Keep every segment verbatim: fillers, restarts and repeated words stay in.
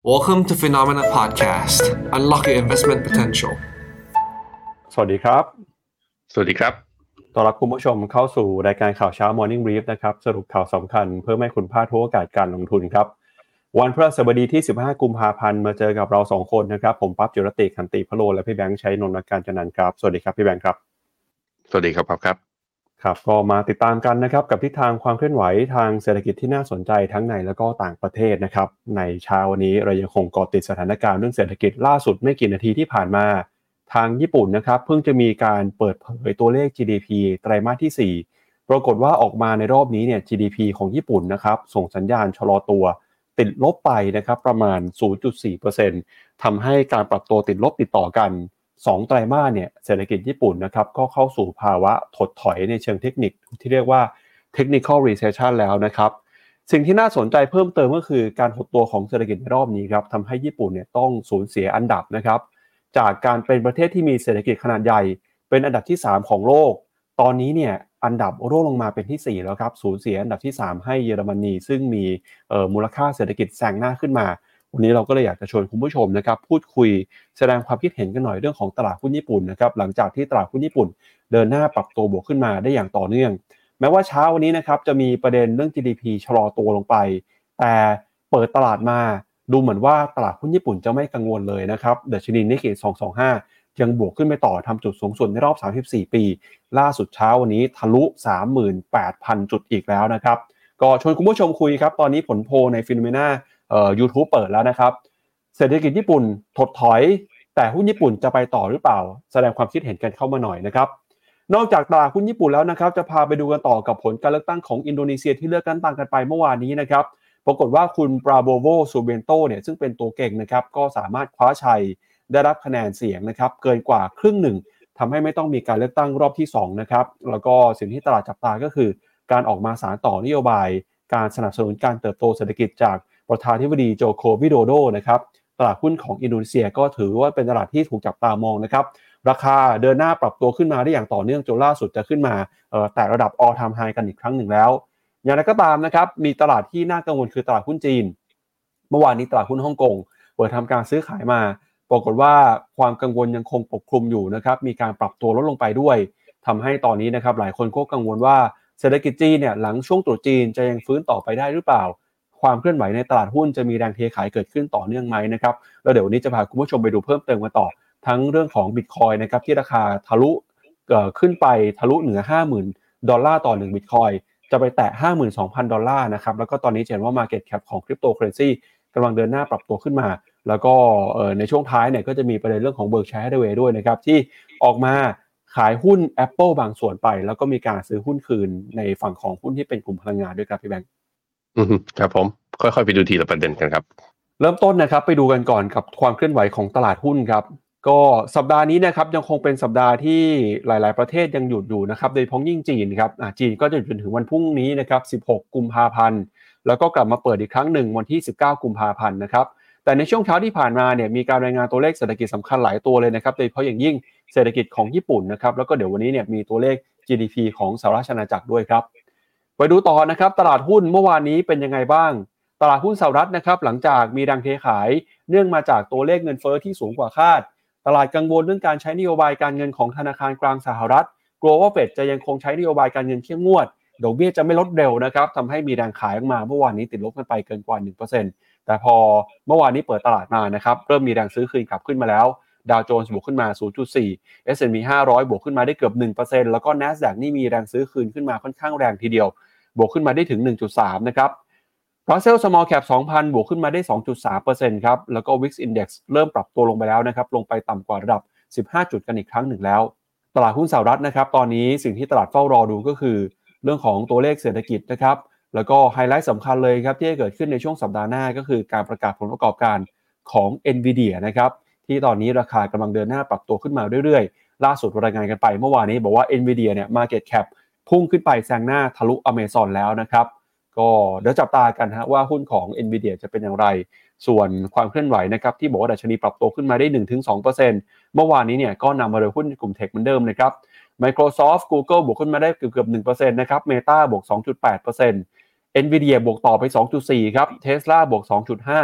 Welcome to Phenomena Podcast. Unlock your investment potential. สวัสดีครับสวัสดีครับต้อนรับคุณผู้ชมเข้าสู่รายการข่าวเช้า Morning Brief นะครับสรุปข่าวสำคัญเพื่อไม่ให้คุณพลาดทุกโอกาสการลงทุนครับวันพฤหัสบดีที่สิบห้ากุมภาพันธ์มาเจอกับเราสองคนนะครับผมปั๊บจิรติขันติพโลและพี่แบงค์ชัยนนท์การจนันท์ครับสวัสดีครับพี่แบงค์ครับสวัสดีครับครับครับก็มาติดตามกันนะครับกับทิศทางความเคลื่อนไหวทางเศรษฐกิจที่น่าสนใจทั้งในและก็ต่างประเทศนะครับในเช้าวันนี้เรายังคงเกาะติดสถานการณ์เรื่องเศรษฐกิจล่าสุดไม่กี่นาทีที่ผ่านมาทางญี่ปุ่นนะครับเพิ่งจะมีการเปิดเผยตัวเลข จี ดี พี ไตรมาสที่สี่ปรากฏว่าออกมาในรอบนี้เนี่ย จี ดี พี ของญี่ปุ่นนะครับส่งสัญญาณชะลอตัวติดลบไปนะครับประมาณ ศูนย์จุดสี่เปอร์เซ็นต์ ทำให้การปรับตัวติดลบติดต่อกันสองไตรมาสเนี่ยเศรษฐกิจญี่ปุ่นนะครับก็เข้าสู่ภาวะถดถอยในเชิงเทคนิคที่เรียกว่า technical recession แล้วนะครับสิ่งที่น่าสนใจเพิ่มเติมก็คือการหดตัวของเศรษฐกิจในรอบนี้ครับทำให้ญี่ปุ่นเนี่ยต้องสูญเสียอันดับนะครับจากการเป็นประเทศที่มีเศรษฐกิจขนาดใหญ่เป็นอันดับที่สามของโลกตอนนี้เนี่ยอันดับร่วงลงมาเป็นที่สี่แล้วครับสูญเสียอันดับที่สามให้เยอรมนีซึ่งมีเอ่อมูลค่าเศรษฐกิจแซงหน้าขึ้นมาวันนี้เราก็เลยอยากจะชวนคุณผู้ชมนะครับพูดคุยแสดงความคิดเห็นกันหน่อยเรื่องของตลาดหุ้นญี่ปุ่นนะครับหลังจากที่ตลาดหุ้นญี่ปุ่นเดินหน้าปรับตัวบวกขึ้นมาได้อย่างต่อเนื่องแม้ว่าเช้าวันนี้นะครับจะมีประเด็นเรื่อง จี ดี พี ชะลอตัวลงไปแต่เปิดตลาดมาดูเหมือนว่าตลาดหุ้นญี่ปุ่นจะไม่กังวลเลยนะครับดัชนี Nikkei สองร้อยยี่สิบห้ายังบวกขึ้นไปต่อทำจุดสูงสุดในรอบสามสิบสี่ปีล่าสุดเช้าวันนี้ทะลุ สามหมื่นแปดพัน จุดอีกแล้วนะครับก็ชวนคุณผู้ชมคุยครับตอนนี้ผลโพลใน Phenomena เอ่อ YouTube เปิดแล้วนะครับเศรษฐกิจญี่ปุ่นถดถอยแต่หุ้นญี่ปุ่นจะไปต่อหรือเปล่าแสดงความคิดเห็นกันเข้ามาหน่อยนะครับนอกจากตลาดหุ้นญี่ปุ่นแล้วนะครับจะพาไปดูกันต่อกับผลการเลือกตั้งของอินโดนีเซียที่เลือกตั้งกันไปเมื่อวานนี้นะครับปรากฏว่าคุณปราโบโวซูเบนโตเนี่ยซึ่งเป็นตัวเก่งนะครับก็สามารถคว้าชัยได้รับคะแนนเสียงนะครับเกินกว่าครึ่งหนึ่งทำให้ไม่ต้องมีการเลือกตั้งรอบที่สองนะครับแล้วก็สิ่งที่ตลาดจับตาก็คือการออกมาสานต่อนโยบายการสนับสนุนการเติบโตเศรษฐกิจจากประธานาธิบดีโจโควิโดโดนะครับตลาดหุ้นของอินโดนีเซียก็ถือว่าเป็นตลาดที่ถูกจับตามองนะครับราคาเดินหน้าปรับตัวขึ้นมาได้อย่างต่อเนื่องจนล่าสุดจะขึ้นมาแต่ระดับ all time high กันอีกครั้งหนึ่งแล้วอย่างไรก็ตามนะครับมีตลาดที่น่ากังวลคือตลาดหุ้นจีนเมื่อวานนี้ตลาดหุ้นฮ่องกงเปิดทำการซื้อขายมาปรากฏว่าความกังวลยังคงปกคลุมอยู่นะครับมีการปรับตัวลดลงไปด้วยทำให้ตอนนี้นะครับหลายคนก็กังวลว่าเศรษฐกิจจีนเนี่ยหลังช่วงตรุษจีนจะยังฟื้นต่อไปได้หรือเปล่าความเคลื่อนไหวในตลาดหุ้นจะมีแรงเทขายเกิดขึ้นต่อเนื่องไหมนะครับแล้วเดี๋ยววันนี้จะพาคุณผู้ชมไปดูเพิ่มเติมกันต่อทั้งเรื่องของ Bitcoin นะครับที่ราคาทะลุเอ่อขึ้นไปทะลุเหนือ ห้าหมื่น ดอลลาร์ต่อหนึ่ง Bitcoin จะไปแตะ ห้าหมื่นสองพัน ดอลลาร์นะครับแล้วก็ตอนนี้เห็นว่า Market Cap ของ Cryptocurrency กำลังเดินหน้าปรับตัวขึ้นมาแล้วก็เอ่อในช่วงท้ายเนี่ยก็จะมีประเด็นเรื่องของ Berkshire Hathaway ด้วยนะครับที่ออกมาขายหุ้น Apple บางส่วนไปแล้วก็มีการซื้อหุ้นคืนในฝั่งของหุ้นที่เป็นกลุ่มพลังงานด้วยครับพี่แบงค์อืมครับผมค่อยๆไปดูทีละประเด็นกันครับเริ่มต้นนะครับไปดูกันก่อนกับความเคลื่อนไหวของตลาดหุ้นครับก็สัปดาห์นี้นะครับยังคงเป็นสัปดาห์ที่หลายๆประเทศยังหยุดอยู่นะครับโดยเฉพาะยิ่งจีนครับอ่าจีนก็จะหยุดจนถึงวันพรุ่งนี้นะครับสิบหกกุมภาพันธ์แล้วก็กลับมาเปิดอีกครั้งหนึ่งวันที่สิบเก้ากุมภาพันธ์นะครับแต่ในช่วงเช้าที่ผ่านมาเนี่ยมีการรายงานตัวเลขเศรษฐกิจสำคัญหลายตัวเลยนะครับโดยเฉพาะอย่างยิ่งเศรษฐกิจของญี่ปุ่นนะครับแล้วก็เดี๋ยววันนี้เนี่ยมีตัวเลข จี ดี พี ของสหราชอาณาจักรด้วยครับไปดูต่อนะครับตลาดหุ้นเมื่อวานนี้เป็นยังไงบ้างตลาดหุ้นสหรัฐนะครับหลังจากมีแรงเทขายเนื่องมาจากตัวเลขเงินเฟ้อที่สูงกว่าคาดตลาดกังวลเรื่องการใช้นโยบายการเงินของธนาคารกลางสหรัฐกลัวว่าเฟดจะยังคงใช้นโยบายการเงินเข้มงวดดอกเบี้ยจะไม่ลดเร็วนะครับทำให้มีแรงขายออกมาเมื่อวานนี้ติดลบกันไปเกินกว่า หนึ่งเปอร์เซ็นต์ แต่พอเมื่อวานนี้เปิดตลาดมานะครับเริ่มมีแรงซื้อคืนกลับขึ้นมาแล้วดาวโจนส์บวกขึ้นมา ศูนย์จุดสี่ เอส แอนด์ พี ห้าร้อยบวกขึ้นมาได้เกือบ หนึ่งเปอร์เซ็นต์ แล้วก็ NASDAQ นี่มีแรงซื้อคืนขึ้นมาค่อนข้างแรงทีเดียวบวกขึ้นมาได้ถึง หนึ่งจุดสาม นะครับ Russell Small Cap สองพัน บวกขึ้นมาได้ สองจุดสามเปอร์เซ็นต์ ครับแล้วก็ วี ไอ เอ็กซ์ Index เริ่มปรับตัวลงไปแล้วนะครับลงไปต่ำกว่าระดับสิบห้าจุดกันอีกครั้งหนึ่งแล้วตลาดหุ้นสหรัฐนะครับตอนนี้สิ่งที่ตลาดเฝ้ารอดูก็คือเรื่องของตัวเลขเศรษฐกิจนะครับแล้วก็ไฮไลท์สำคัญเลยครับที่จะเกิดขึ้นในช่วงสัปดาห์หน้าก็คือการประกาศผลประกอบการของ Nvidia นะครับที่ตอนนี้ราคากำลังเดินหน้าปรับตัวขึ้นมาเรื่อยๆล่าสุดรายงานกันไปเมื่อวานนี้บอกว่า Nvidia เนี่ย Market Cap พุ่งขึ้นไปแซงหน้าทะลุ Amazon แล้วนะครับก็เดี๋ยวจับตากันฮะว่าหุ้นของ Nvidia จะเป็นอย่างไรส่วนความเคลื่อนไหวนะครับที่บอกว่าดัชนีปรับตัวขึ้นมาได้ หนึ่งถึงสองเปอร์เซ็นต์ เมื่อวานนี้เนี่ยก็นำมาโดยหุ้นกลุ่มเทคเหมือนเดิมนะครับ Microsoft Google บวกขึ้นมาได้เกือบๆ หนึ่งเปอร์เซ็นต์ นะครับ Meta บวก สองจุดแปดเปอร์เซ็นต์ Nvidia บวกต่อไป สองจุดสี่ ครับ Tesla บวก สองจุดห้า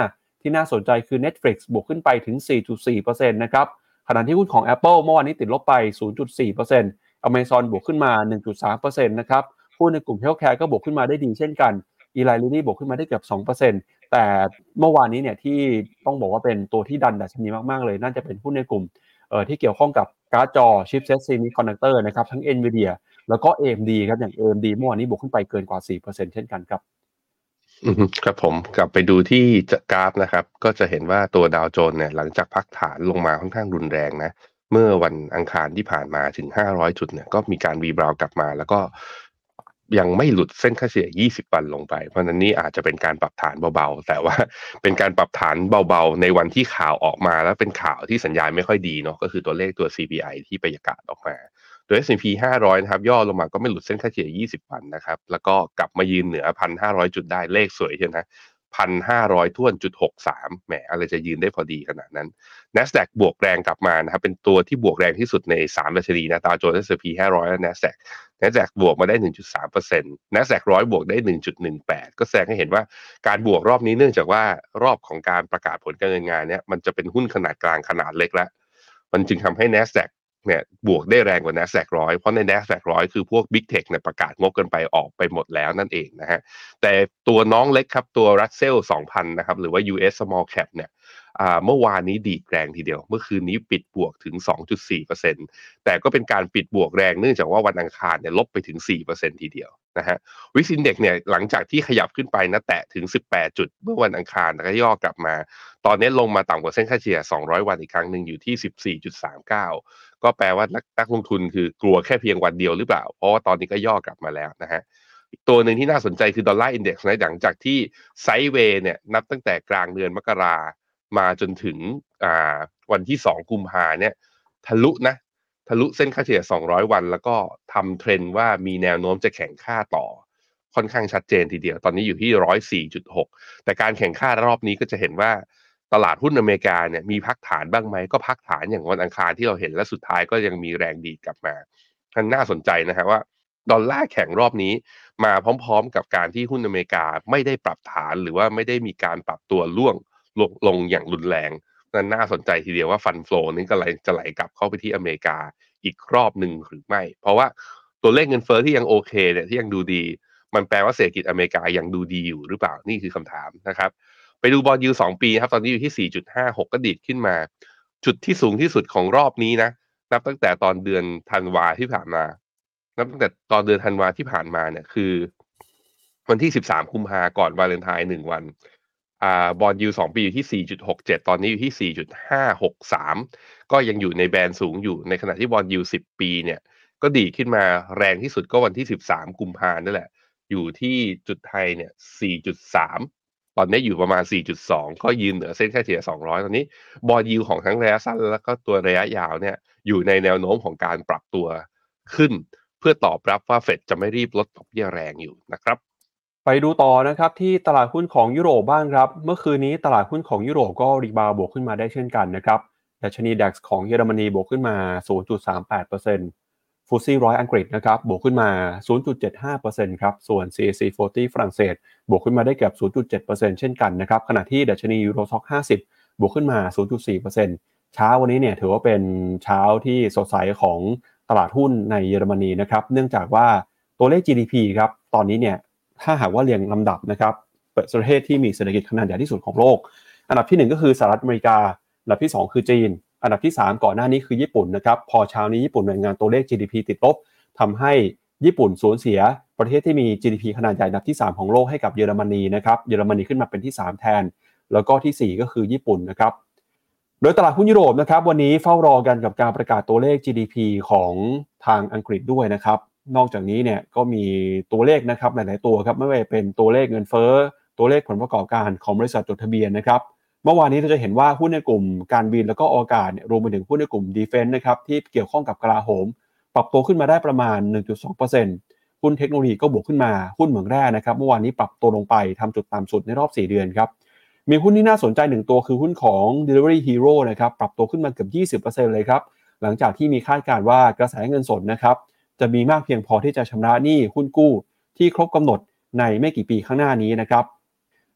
ที่น่าสนใจคือ Netflix บวกขึ้นไปถึง สี่จุดสี่เปอร์เซ็นต์ นะครับขณะที่หุ้นของ Apple เมื่อวานนี้ติดลบไป ศูนย์จุดสี่เปอร์เซ็นต์ Amazon บวกขึ้นมา หนึ่งจุดสามเปอร์เซ็นต์ นะครับหุ้นในกลุ่ม Healthcare ก็บวกขึ้นมาได้ดีเช่นกัน Eli Lilly บวกขึ้นมาได้เกือบ สองเปอร์เซ็นต์ แต่เมื่อวานนี้เนี่ยที่ต้องบอกว่าเป็นตัวที่ดันดัชนีมากๆเลยน่าจะเป็นหุ้นในกลุ่มเอ่อที่เกี่ยวข้องกับการ์ดจอ Chipset Semiconductor นะครับทั้ง Nvidia แล้วก็ เอ เอ็ม ดี ครับอย่าง เอ เอ็ม ดี เมื่อวานนี้บวกขึ้นไปเกินกว่า สี่เปอร์เซ็นต์ เช่นกันครับอืมครับผมกลับไปดูที่กราฟนะครับก็จะเห็นว่าตัวดาวโจนส์เนี่ยหลังจากพักฐานลงมาค่อนข้างรุนแรงนะเมื่อวันอังคารที่ผ่านมาถึงห้าร้อยจุดเนี่ยก็มีการรีบาวด์กลับมาแล้วก็ยังไม่หลุดเส้นค่าเฉลี่ยยี่สิบวันลงไปเพราะนั้นนี่อาจจะเป็นการปรับฐานเบาๆแต่ว่าเป็นการปรับฐานเบาๆในวันที่ข่าวออกมาแล้วเป็นข่าวที่สัญญาณไม่ค่อยดีเนาะก็คือตัวเลขตัว ซี พี ไอ ที่ประกาศออกมาโดย เอส แอนด์ พี ห้าร้อยนะครับย่อลงมาก็ไม่หลุดเส้นค่าเฉลี่ยยี่สิบวันนะครับแล้วก็กลับมายืนเหนือ หนึ่งพันห้าร้อย จุดได้เลขสวยใช่ไหม หนึ่งพันห้าร้อย ท้วนจุดหกสามแหมอะไรจะยืนได้พอดีขนาดนั้น NASDAQ บวกแรงกลับมานะครับเป็นตัวที่บวกแรงที่สุดในสามดัชนีนะดาวโจนส์ เอส แอนด์ พี ห้าร้อยและ NASDAQ NASDAQ บวกมาได้ หนึ่งจุดสามเปอร์เซ็นต์ NASDAQ หนึ่งร้อยบวกได้ หนึ่งจุดหนึ่งแปด ก็แสดงให้เห็นว่าการบวกรอบนี้เนื่องจากว่ารอบของการประกาศผลการเงินงานเนี่ยมันจะเป็นหุ้นขนาดกลางขนาดเล็กแล้วมันจึงทำให้ NASDAQเนี่ยบวกได้แรงกว่า NASDAQ หนึ่งร้อยเพราะใน NASDAQ หนึ่งร้อยคือพวก Big Tech เนี่ยประกาศงบกันไปออกไปหมดแล้วนั่นเองนะฮะแต่ตัวน้องเล็กครับตัว Russell สองพันนะครับหรือว่า ยู เอส Small Cap เนี่ยอ่าเมื่อวานนี้ดีดแรงทีเดียวเมื่อคืนนี้ปิดบวกถึง สองจุดสี่เปอร์เซ็นต์ แต่ก็เป็นการปิดบวกแรงเนื่องจากว่าวันอังคารเนี่ยลบไปถึง สี่เปอร์เซ็นต์ ทีเดียวนะฮะ วิก Index เนี่ยหลังจากที่ขยับขึ้นไปนะแตะถึงสิบแปดจุดเมื่อวันอังคารแล้วก็ย่อกลับมาตอนนี้ลงมาต่ำกว่าเส้นค่าเฉลี่ยสองร้อยวันอีกครั้งนึงอยู่ที่ สิบสี่จุดสามเก้า ก็แปลว่านักนักลงทุนคือกลัวแค่เพียงวันเดียวหรือเปล่าเพราะว่าตอนนี้ก็ย่อกลับมาแล้วนะฮะอีกตัวหนึ่งที่น่าสนใจคือดอลลาร์อินเด็กซ์นะหลังจากที่ไซด์เวย์เนี่ยนับตั้งแต่กลางเดือนมกรามาจนถึงอ่าวันที่สองกุมภาเนี่ยทะลุนะทะลุเส้นค่าเฉลี่ยสองร้อยวันแล้วก็ทำเทรนด์ว่ามีแนวโน้มจะแข่งค่าต่อค่อนข้างชัดเจนทีเดียวตอนนี้อยู่ที่ หนึ่งร้อยสี่จุดหก แต่การแข่งค่ารอบนี้ก็จะเห็นว่าตลาดหุ้นอเมริกาเนี่ยมีพักฐานบ้างไหมก็พักฐานอย่างวันอังคารที่เราเห็นและสุดท้ายก็ยังมีแรงดีดกลับมาท่านน่าสนใจนะฮะว่าดอลลาร์แข็งรอบนี้มาพร้อมๆกับการที่หุ้นอเมริกาไม่ได้ปรับฐานหรือว่าไม่ได้มีการปรับตัวล่วงลงลงอย่างรุนแรงนั่นน่าสนใจทีเดียวว่าฟันโฟลนี้ก็ไหลจะไหลกลับเข้าไปที่อเมริกาอีกรอบหนึ่งหรือไม่เพราะว่าตัวเลขเงินเฟ้อที่ยังโอเคเนี่ยที่ยังดูดีมันแปลว่าเศรษฐกิจอเมริกายังดูดีอยู่หรือเปล่านี่คือคำถามนะครับไปดูบอนด์ยิลด์สองปีครับตอนนี้อยู่ที่ สี่จุดห้าหก ก็ดีดขึ้นมาจุดที่สูงที่สุดของรอบนี้นะนับตั้งแต่ตอนเดือนธันวาที่ผ่านมานับตั้งแต่ตอนเดือนธันวาที่ผ่านมาเนี่ยคือวันที่สิบสามกุมภาก่อนวาเลนไทน์หนึ่งวันอ่าบอนด์ยิลด์สองปีอยู่ที่ สี่จุดหกเจ็ด ตอนนี้อยู่ที่ สี่จุดห้าหกสาม ก็ยังอยู่ในแบนด์สูงอยู่ในขณะที่บอนด์ยิลด์สิบปีเนี่ยก็ดีดขึ้นมาแรงที่สุดก็วันที่สิบสามกุมภาพันธ์นั่นแหละอยู่ที่จุดไทยเนี่ย สี่จุดสาม ตอนนี้อยู่ประมาณ สี่จุดสอง ก็ยืนเหนือเส้นค่าเฉลี่ยสองร้อยตอนนี้บอนด์ยิลด์ของทั้งระยะสั้นแล้วก็ตัวระยะยาวเนี่ยอยู่ในแนวโน้มของการปรับตัวขึ้นเพื่อตอบรับว่าเฟดจะไม่รีบลดดอกเบี้ยแรงอยู่นะครับไปดูต่อนะครับที่ตลาดหุ้นของยุโรปบ้างครับเมื่อคืนนี้ตลาดหุ้นของยุโรปก็รีบาวด์บวกขึ้นมาได้เช่นกันนะครับดัชนี ดัค ของเยอรมนีบวกขึ้นมา ศูนย์จุดสามแปดเปอร์เซ็นต์ ฟุตซี่หนึ่งร้อยอังกฤษนะครับบวกขึ้นมา ศูนย์จุดเจ็ดห้าเปอร์เซ็นต์ ครับส่วน ซี เอ ซี สี่สิบ ฝรั่งเศสบวกขึ้นมาได้เกือบ ศูนย์จุดเจ็ดเปอร์เซ็นต์ เช่นกันนะครับขณะที่ดัชนียูโรซ็อกห้าสิบบวกขึ้นมา ศูนย์จุดสี่เปอร์เซ็นต์ เช้าวันนี้เนี่ยถือว่าเป็นเช้าที่สดใสของตลาดหุ้นในเยอรมนีนะครับเนื่องจากว่าตัวเลข จี ดี พี ครับตอนนี้เนี่ยถ้าหากว่าเรียงลำดับนะครับประเทศที่มีเศรษฐกิจขนาดใหญ่ที่สุดของโลกอันดับที่หนึ่งก็คือสหรัฐอเมริกาอันดับที่สองคือจีนอันดับที่สามก่อนหน้านี้คือญี่ปุ่นนะครับพอเช้านี้ญี่ปุ่นรายงานตัวเลข จี ดี พี ติดลบทำให้ญี่ปุ่นสูญเสียประเทศที่มี จี ดี พี ขนาดใหญ่อันดับที่สามของโลกให้กับเยอรมนีนะครับเยอรมนีขึ้นมาเป็นที่สามแทนแล้วก็ที่สี่ก็คือญี่ปุ่นนะครับโดยตลาดหุ้นยุโรปนะครับวันนี้เฝ้ารอกันกับการประกาศตัวเลข จี ดี พี ของทางอังกฤษด้วยนะครับนอกจากนี้เนี่ยก็มีตัวเลขนะครับหลายๆตัวครับไม่ว่าจะเป็นตัวเลขเงินเฟ้อตัวเลขผลประกอบการของบริษัทจดทะเบียนนะครับเมื่อวานนี้เราจะเห็นว่าหุ้นในกลุ่มการบินแล้วก็อวกาศรวมไปถึงหุ้นในกลุ่มดีเฟนส์นะครับที่เกี่ยวข้องกับกลาโหมปรับตัวขึ้นมาได้ประมาณ หนึ่งจุดสองเปอร์เซ็นต์ หุ้นเทคโนโลยีก็บวกขึ้นมาหุ้นเหมืองแร่นะครับเมื่อวานนี้ปรับตัวลงไปทำจุดต่ำสุดในรอบสี่เดือนครับมีหุ้นที่น่าสนใจหนึ่งตัวคือหุ้นของ Delivery Hero นะครับปรับตัวขึ้นมาเกือบ ยี่สิบเปอร์เซ็นต์ เลยครับหลังจากที่มีคาดการณ์ว่ากระแสเงินสดนะครับจะมีมากเพียงพอที่จะชำระหนี้หุ้นกู้ที่ครบกำหนดในไม่กี่ปีข้างหน้านี้นะครับ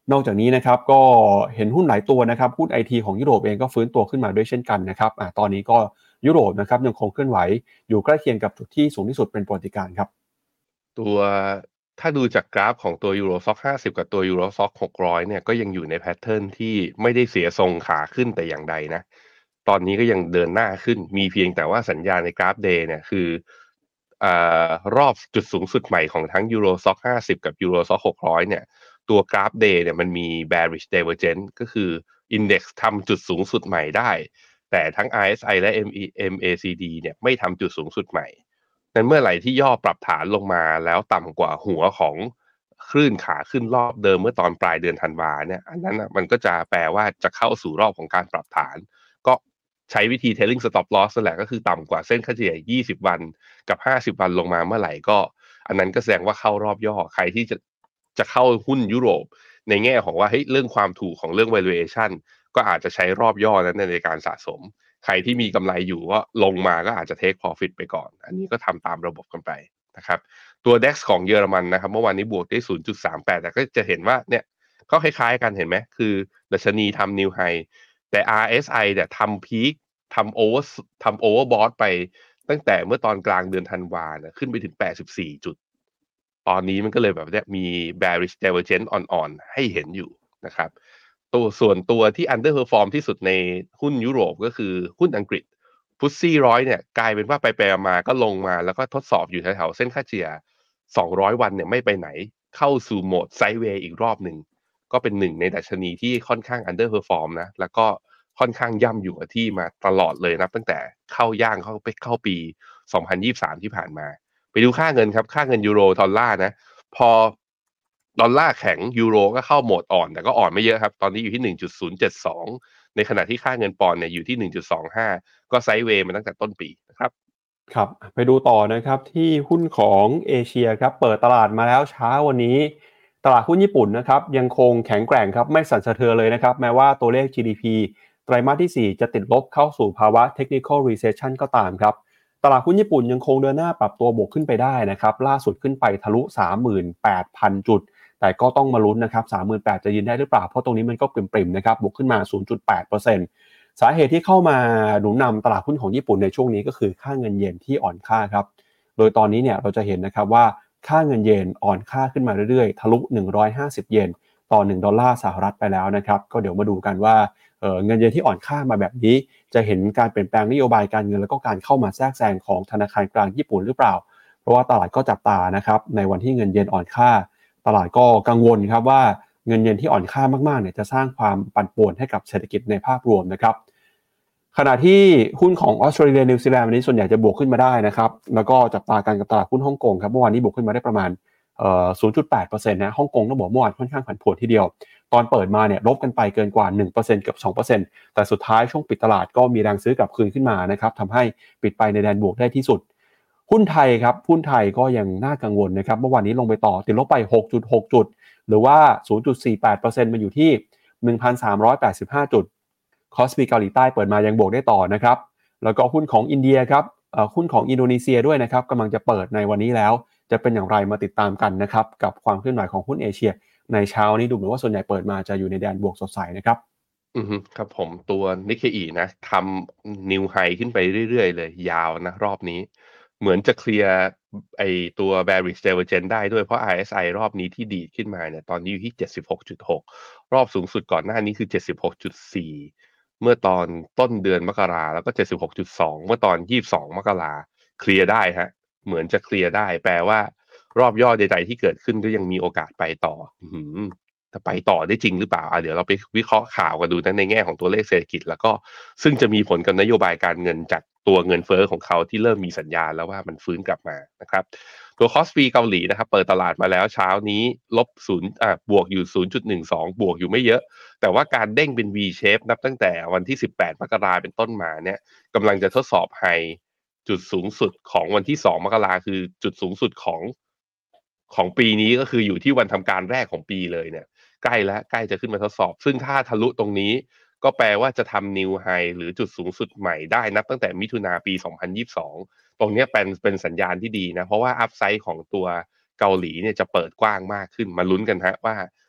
นอกจากนี้นะครับก็เห็นหุ้นหลายตัวนะครับหุ้น ไอ ที ของยุโรปเองก็ฟื้นตัวขึ้นมาด้วยเช่นกันนะครับอ่ะตอนนี้ก็ยุโรปนะครับยังคงเคลื่อนไหวอยู่ใกล้เคียงกับจุดที่สูงที่สุดเป็นประวัติการณ์ครับตัวถ้าดูจากกราฟของตัว Euro Stoxx ห้าสิบกับตัว Euro Stoxx หกร้อยเนี่ยก็ยังอยู่ในแพทเทิร์นที่ไม่ได้เสียทรงขาขึ้นแต่อย่างใดนะตอนนี้ก็ยังเดินหน้าขึ้นมีเพียงแต่ว่าสัญญาณในกราฟ Day เนี่ยคืออ่ารอบจุดสูงสุดใหม่ของทั้ง Euro Stoxx ห้าสิบกับ Euro Stoxx หกร้อยเนี่ยตัวกราฟ Day เนี่ยมันมี bearish divergence ก็คือ Index ทำจุดสูงสุดใหม่ได้แต่ทั้ง อาร์ เอส ไอ และ เอ็ม เอ ซี ดี เนี่ยไม่ทำจุดสูงสุดใหม่นั้นเมื่อไหร่ที่ย่อปรับฐานลงมาแล้วต่ำกว่าหัวของคลื่นขาขึ้นรอบเดิมเมื่อตอนปลายเดือนธันวาเนี่ยอันนั้นนะมันก็จะแปลว่าจะเข้าสู่รอบของการปรับฐานก็ใช้วิธี trailing stop loss นั่นแหละก็คือต่ำกว่าเส้นค่าเฉลี่ยยี่สิบวันกับห้าสิบวันลงมาเมื่อไหร่ก็อันนั้นก็แสดงว่าเข้ารอบย่อใครที่จะจะเข้าหุ้นยุโรปในแง่ของว่าเฮ้ยเรื่องความถูกของเรื่อง valuation ก็อาจจะใช้รอบย่อนั้นในการสะสมใครที่มีกำไรอยู่ก็ลงมาก็อาจจะ take profit ไปก่อนอันนี้ก็ทำตามระบบกันไปนะครับตัว ดัค ของเยอรมันนะครับเมื่อวานนี้บวกได้ ศูนย์จุดสามแปด แต่ก็จะเห็นว่าเนี่ยก็คล้ายๆกันเห็นไหมคือดัชนีทำ new high แต่ อาร์ เอส ไอ เนี่ยทำ peak ทำ over ทำ overbought ไปตั้งแต่เมื่อตอนกลางเดือนธันวาเนี่ยขึ้นไปถึงแปดสิบสี่จุดตอนนี้มันก็เลยแบบเนี้ยมี bearish divergence อ่อนๆให้เห็นอยู่นะครับตัวส่วนตัวที่ underperform ที่สุดในหุ้นยุโรปก็คือหุ้นอังกฤษฟุตซี่ร้อยเนี่ยกลายเป็นว่าไปไปมาก็ลงมาแล้วก็ทดสอบอยู่แถวๆเส้นค่าเฉลี่ยสองร้อยวันเนี่ยไม่ไปไหนเข้าสู่โหมดไซด์เวย์อีกรอบหนึ่งก็เป็นหนึ่งในดัชนีที่ค่อนข้าง underperform นะแล้วก็ค่อนข้างย่ำอยู่กับที่มาตลอดเลยนะตั้งแต่เข้าย่างเข้าไปเข้าปีสองพันยี่สิบสามที่ผ่านมาไปดูค่าเงินครับค่าเงินยูโรดอลลาร์นะพอดอลลาร์แข็งยูโรก็เข้าโหมดอ่อนแต่ก็อ่อนไม่เยอะครับตอนนี้อยู่ที่ หนึ่งจุดศูนย์เจ็ดสอง ในขณะที่ค่าเงินปอนด์เนี่ยอยู่ที่ หนึ่งจุดสองห้า ก็ไซด์เวย์มาตั้งแต่ต้นปีนะครับครับไปดูต่อนะครับที่หุ้นของเอเชียครับเปิดตลาดมาแล้วเช้าวันนี้ตลาดหุ้นญี่ปุ่นนะครับยังคงแข็งแกร่งครับไม่สั่นสะเทือนเลยนะครับแม้ว่าตัวเลข จี ดี พี ไตรมาสที่สี่จะติดลบเข้าสู่ภาวะ Technical Recession ก็ตามครับตลาดหุ้นญี่ปุ่นยังคงเดินหน้าปรับตัวบวกขึ้นไปได้นะครับล่าสุดขึ้นไปทะลุ สามหมื่นแปดพัน จุดแต่ก็ต้องมาลุ้นนะครับ สามหมื่นแปดพัน จะยืนได้หรือเปล่าเพราะตรงนี้มันก็ปริ่มๆนะครับบวกขึ้นมา ศูนย์จุดแปดเปอร์เซ็นต์สาเหตุที่เข้ามาหนุนนำตลาดหุ้นของญี่ปุ่นในช่วงนี้ก็คือค่าเงินเยนที่อ่อนค่าครับโดยตอนนี้เนี่ยเราจะเห็นนะครับว่าค่าเงินเยนอ่อนค่าขึ้นมาเรื่อยๆทะลุหนึ่งร้อยห้าสิบเยนต่อหนึ่งดอลลาร์สหรัฐไปแล้วนะครับก็เดี๋ยวมาดูกันว่า เอ่อเงินเยนที่อ่อนค่ามาแบบนี้จะเห็นการเปลี่ยนแปลงนโยบายการเงินแล้วก็การเข้ามาแทรกแซงของธนาคารกลางญี่ปุ่นหรือเปล่าเพราะว่าตลาดก็จับตานะครับในวันที่เงินเยนอ่อนค่าตลาดก็กังวลครับว่าเงินเยนที่อ่อนค่ามากๆเนี่ยจะสร้างความปั่นป่วนให้กับเศรษฐกิจในภาพรวมนะครับขณะที่หุ้นของออสเตรเลียนิวซีแลนด์วันนี้ส่วนใหญ่จะบวกขึ้นมาได้นะครับแล้วก็จับตากันกับตลาดหุ้นฮ่องกงครับเมื่อวานนี้บวกขึ้นมาได้ประมาณเอ่อ ศูนย์จุดแปดเปอร์เซ็นต์ นะฮ่องกงต้องบอกเมื่อวานค่อนข้างผันผวนทีเดียวตอนเปิดมาเนี่ยลบกันไปเกินกว่า หนึ่งเปอร์เซ็นต์ เกือบ สองเปอร์เซ็นต์ แต่สุดท้ายช่วงปิดตลาดก็มีแรงซื้อกลับคืนขึ้นมานะครับทำให้ปิดไปในแดนบวกได้ที่สุดหุ้นไทยครับหุ้นไทยก็ยังน่ากังวลนะครับเมื่อวานนี้ลงไปต่อติดลบไป หกจุดหก จุดหรือว่า ศูนย์จุดสี่แปดเปอร์เซ็นต์ มาอยู่ที่ หนึ่งพันสามร้อยแปดสิบห้า จุดคอสปีเกาหลีใต้เปิดมายังบวกได้ต่อนะครับแล้วก็หุ้นของอินเดียครับเอ่อหุ้นของอินโดนีเซียด้วยนะครับกำลังจะเปิดในวันนี้แล้วจะเป็นอย่างไรมาติดตามกันนะครับกับความเคลื่อนไหวของหุ้นเอเชียในเช้านี้ดูเหมือนว่าส่วนใหญ่เปิดมาจะอยู่ในแดนบวกสดใสนะครับอือฮึครับผมตัวนิเคอีนะทำนิวไฮขึ้นไปเรื่อยๆเลยยาวนะรอบนี้เหมือนจะเคลียร์ไอตัว bearish divergence ได้ด้วยเพราะ อาร์ เอส ไอ รอบนี้ที่ดีดขึ้นมาเนี่ยตอนนี้อยู่ที่ เจ็ดสิบหกจุดหก รอบสูงสุดก่อนหน้านี้คือ เจ็ดสิบหกจุดสี่ เมื่อตอนต้นเดือนมกราแล้วก็ เจ็ดสิบหกจุดสอง เมื่อตอนยี่สิบสองมกราเคลียร์ได้ฮะเหมือนจะเคลียร์ได้แปลว่ารอบย่อใดๆที่เกิดขึ้นก็ยังมีโอกาสไปต่ออือจะไปต่อได้จริงหรือเปล่าอ่ะเดี๋ยวเราไปวิเคราะห์ข่าวกันดูทั้งในแง่ของตัวเลขเศรษฐกิจแล้วก็ซึ่งจะมีผลกับนโยบายการเงินจากตัวเงินเฟ้อของเขาที่เริ่มมีสัญญาณแล้วว่ามันฟื้นกลับมานะครับตัวคอสปีเกาหลีนะครับเปิดตลาดมาแล้วเช้านี้ลบศูนย์อ่ะบวกอยู่ ศูนย์จุดหนึ่งสอง บวกอยู่ไม่เยอะแต่ว่าการเด้งเป็น V shape นับตั้งแต่วันที่สิบแปดมกราเป็นต้นมาเนี่ยกำลังจะทดสอบไฮจุดสูงสุดของวันที่สองมกราคือจุดสูงสุดของของปีนี้ก็คืออยู่ที่วันทำการแรกของปีเลยเนี่ย ใกล้แล้วใกล้จะขึ้นมาทดสอบซึ่งถ้าทะลุตรงนี้ก็แปลว่าจะทำนิวไฮหรือจุดสูงสุดใหม่ได้นับตั้งแต่มิถุนาปีสองพันยี่สิบสองตรงนี้เป็นเป็นสัญญาณที่ดีนะเพราะว่าอัพไซด์ของตัวเกาหลีเนี่ยจะเปิดกว้างมากขึ้นมาลุ้นกันฮะว่า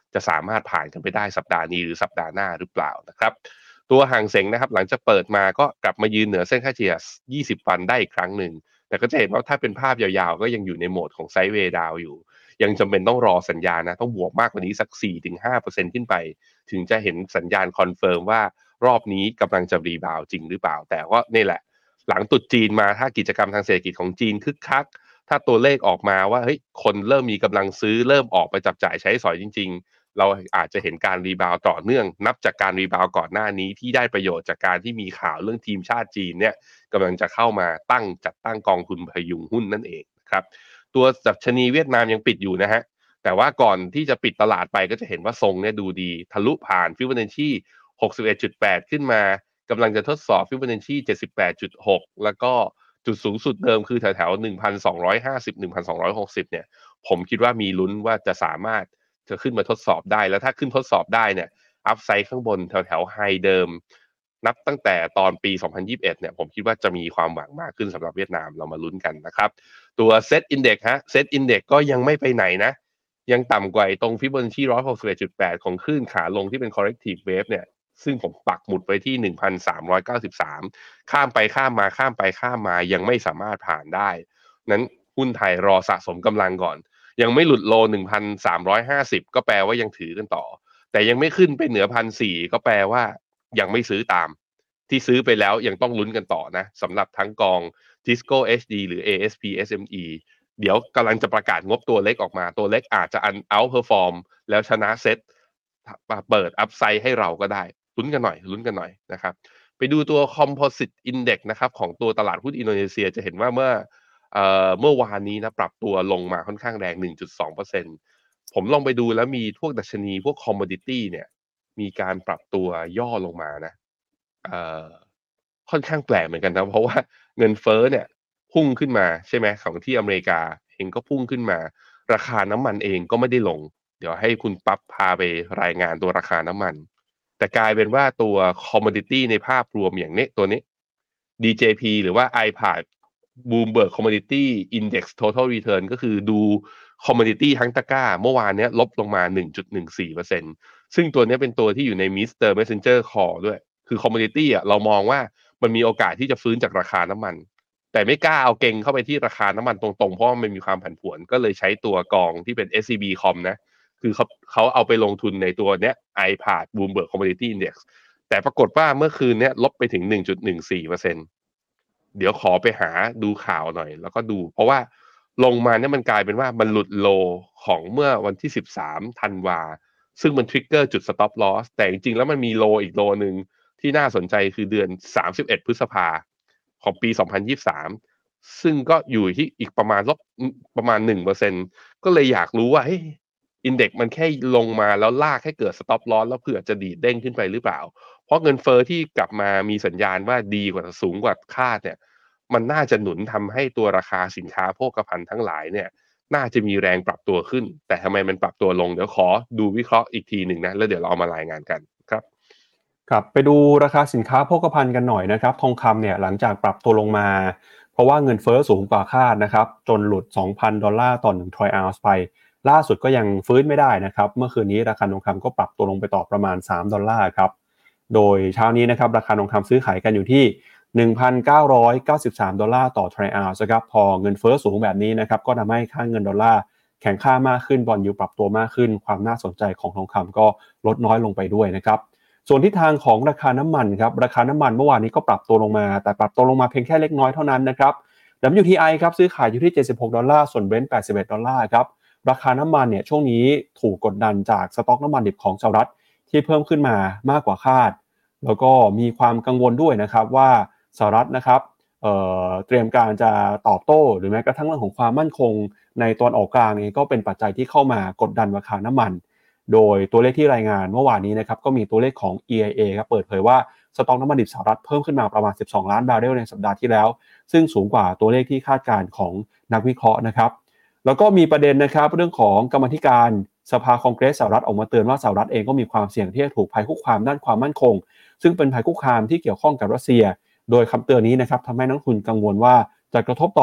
จะสามารถผ่านกันไปได้สัปดาห์นี้หรือสัปดาห์หน้าหรือเปล่านะครับตัวห่างเส็งนะครับหลังจากเปิดมาก็กลับมายืนเหนือเส้นค่าเฉลี่ยยี่สิบวันได้อีกครั้งหนึ่งแต่ก็จะเห็นว่าถ้าเป็นภาพยาวๆก็ยังอยู่ในโหมดของไซด์เวย์ดาวน์อยู่ยังจำเป็นต้องรอสัญญาณนะต้องบวกมากกว่านี้สัก สี่ถึงห้าเปอร์เซ็นต์ ขึ้นไปถึงจะเห็นสัญญาณคอนเฟิร์มว่ารอบนี้กำลังจะรีบาวด์จริงหรือเปล่าแต่ว่านี่แหละหลังตรุษจีนมาถ้ากิจกรรมทางเศรษฐกิจของจีนคึกคักถ้าตัวเลขออกมาว่าเฮ้ยคนเริ่มมีกำลังซื้อเริ่มออกไปจับจ่ายใช้สอยจริงๆเราอาจจะเห็นการรีบาวด์ต่อเนื่องนับจากการรีบาวด์ก่อนหน้านี้ที่ได้ประโยชน์จากการที่มีข่าวเรื่องทีมชาติจีนเนี่ยกำลังจะเข้ามาตั้งจัดตั้งกองทุนพยุงหุ้นนั่นเองครับตัวดัชนีเวียดนามยังปิดอยู่นะฮะแต่ว่าก่อนที่จะปิดตลาดไปก็จะเห็นว่าทรงเนี่ยดูดีทะลุผ่านฟิโบนัชชี หกสิบเอ็ดจุดแปด ขึ้นมากำลังจะทดสอบฟิโบนัชชี เจ็ดสิบแปดจุดหก แล้วก็จุดสูงสุดเดิมคือแถวๆ หนึ่งพันสองร้อยห้าสิบ หนึ่งพันสองร้อยหกสิบ เนี่ยผมคิดว่ามีลุ้นว่าจะสามารถจะขึ้นมาทดสอบได้แล้วถ้าขึ้นทดสอบได้เนี่ยอัพไซด์ข้างบนแถวๆไฮเดิมนับตั้งแต่ตอนปีสองพันยี่สิบเอ็ดเนี่ยผมคิดว่าจะมีความหวังมากขึ้นสำหรับเวียดนามเรามาลุ้นกันนะครับตัว Set Index ฮะ Set Index ก็ยังไม่ไปไหนนะยังต่ำกว่าตรงฟิโบนัชชี หนึ่งร้อยหกสิบเอ็ดจุดแปด ของคลื่นขาลงที่เป็น corrective wave เนี่ยซึ่งผมปักหมุดไว้ที่ หนึ่งพันสามร้อยเก้าสิบสาม ข้ามไปข้ามมาข้ามไปข้ามมายังไม่สามารถผ่านได้นั้นหุ้นไทยรอสะสมกำลังก่อนยังไม่หลุดโล หนึ่งพันสามร้อยห้าสิบ ก็แปลว่ายังถือกันต่อแต่ยังไม่ขึ้นไปเหนือ หนึ่งพันสี่ร้อย ก็แปลว่ายังไม่ซื้อตามที่ซื้อไปแล้วยังต้องลุ้นกันต่อนะสำหรับทั้งกอง Tisco เอช ดี หรือ เอ เอส พี เอส เอ็ม อี เดี๋ยวกำลังจะประกาศงบตัวเล็กออกมาตัวเล็กอาจจะ outperform แล้วชนะเซ็ตเปิดอัพไซด์ให้เราก็ได้ลุ้นกันหน่อยลุ้นกันหน่อยนะครับไปดูตัว Composite Index นะครับของตัวตลาดหุ้นอินโดนีเซียจะเห็นว่าเมื่อเอ่อเมื่อวานนี้นะปรับตัวลงมาค่อนข้างแรง หนึ่งจุดสองเปอร์เซ็นต์ ผมลองไปดูแล้วมีพวกดัชนีพวก Commodity เนี่ยมีการปรับตัวย่อลงมานะเอ่อค่อนข้างแปลกเหมือนกันนะเพราะว่าเงินเฟ้อเนี่ยพุ่งขึ้นมาใช่ไหมของที่อเมริกาเองก็พุ่งขึ้นมาราคาน้ำมันเองก็ไม่ได้ลงเดี๋ยวให้คุณปั๊บพาไปรายงานตัวราคาน้ำมันแต่กลายเป็นว่าตัว commodity ในภาพรวมอย่างนี้ตัวนี้ ดี เจ พี หรือว่า ไอ พี เอ ดี Bloomberg Commodity Index Total Return ก็คือดู commodity ทั้งตะกร้าเมื่อวานนี้ลบลงมา หนึ่งจุดหนึ่งสี่เปอร์เซ็นต์ ซึ่งตัวนี้เป็นตัวที่อยู่ใน Mister Messenger Call ด้วยคือ commodity อ่ะเรามองว่ามันมีโอกาสที่จะฟื้นจากราคาน้ำมันแต่ไม่กล้าเอาเก่งเข้าไปที่ราคาน้ำมันตรงๆเพราะมันมีความผันผวนก็เลยใช้ตัวกองที่เป็น เอส ซี บี Com นะคือเขาเขาเอาไปลงทุนในตัวเนี้ย ไอ พี เอ ดี Bloomberg Commodity Index แต่ปรากฏว่าเมื่อคืนเนี้ยลบไปถึง หนึ่งจุดหนึ่งสี่เปอร์เซ็นต์ เดี๋ยวขอไปหาดูข่าวหน่อยแล้วก็ดูเพราะว่าลงมาเนี่ยมันกลายเป็นว่ามันหลุดโลของเมื่อวันที่สิบสามธันวาซึ่งมันทริกเกอร์จุด stop loss แต่จริงๆแล้วมันมีโลอีกโลนึงที่น่าสนใจคือเดือนสามสิบเอ็ดพฤษภาของปีสองพันยี่สิบสามซึ่งก็อยู่ที่อีกประมาณลบประมาณ หนึ่งเปอร์เซ็นต์ ก็เลยอยากรู้ว่าเฮ้ยอินเด็กซ์มันแค่ลงมาแล้วลากให้เกิด stop loss แล้วเผื่อจะดีดเด้งขึ้นไปหรือเปล่าเพราะเงินเฟ้อที่กลับมามีสัญญาณว่าดีกว่าสูงกว่าคาดเนี่ยมันน่าจะหนุนทำให้ตัวราคาสินค้าโภคภัณฑ์ทั้งหลายเนี่ยน่าจะมีแรงปรับตัวขึ้นแต่ทำไมมันปรับตัวลงเดี๋ยวขอดูวิเคราะห์อีกทีหนึ่งนะแล้วเดี๋ยวเราเอามารายงานกันครับครับไปดูราคาสินค้าโภคภัณฑ์กันหน่อยนะครับทองคำเนี่ยหลังจากปรับตัวลงมาเพราะว่าเงินเฟ้อสูงกว่าคาดนะครับจนหลุด สองพัน ดอลลาร์ต่อหนึ่งทรอยออนซ์ไปล่าสุดก็ยังฟื้นไม่ได้นะครับเมื่อคืนนี้ราคาทองคำก็ปรับตัวลงไปต่อประมาณสามดอลลาร์ครับโดยเช้านี้นะครับราคาทองคำซื้อขายกันอยู่ที่ หนึ่งพันเก้าร้อยเก้าสิบสาม ดอลลาร์ต่อทรอยออนซ์ครับพอเงินเฟ้อสูงแบบนี้นะครับก็ทำให้ค่าเงินดอลลาร์แข็งค่ามากขึ้นบอนด์ยิลด์ปรับตัวมากขึ้นความน่าสนใจของทองคำก็ลดน้อยลงไปด้วยนะครับส่วนทิศทางของราคาน้ำมันครับราคาน้ำมันเมื่อวานนี้ก็ปรับตัวลงมาแต่ปรับตัวลงมาเพียงแค่เล็กน้อยเท่านั้นนะครับ ดับเบิลยู ที ไอ ครับซื้อขายอยู่ที่เจ็ดสิบหกดอลลาร์ส่วน Brent แปดสิบเอ็ดดอลลาร์ครับราคาน้ำมันเนี่ยช่วงนี้ถูกกดดันจากสต็อกน้ำมันดิบของสหรัฐที่เพิ่มขึ้นมามากกว่าคาดแล้วก็มีความกังวลด้วยนะครับว่าสหรัฐนะครับเอ่อเตรียมการจะตอบโต้หรือแม้กระทั่งเรื่องของความมั่นคงในตอนออกกลางนี้ก็เป็นปัจจัยที่เข้ามากดดันราคาน้ำมันโดยตัวเลขที่รายงานเมื่อวานนี้นะครับก็มีตัวเลขของ อี ไอ เอ ครับเปิดเผยว่าสต็อกน้ำมันดิบสหรัฐเพิ่มขึ้นมาประมาณสิบสองล้านบาร์เรลในสัปดาห์ที่แล้วซึ่งสูงกว่าตัวเลขที่คาดการณ์ของนักวิเคราะห์นะครับแล้วก็มีประเด็นนะครับเรื่องของกรรมาธิการสภาคองเกรสสหรัฐออกมาเตือนว่าสหรัฐเองก็มีความเสี่ยงที่จะถูกภัยคุกคามด้านความมั่นคงซึ่งเป็นภัยคุกคามที่เกี่ยวข้องกับรัสเซียโดยคำเตือนนี้นะครับทำให้นักลงทุนกังวลว่าจะกระทบต่อ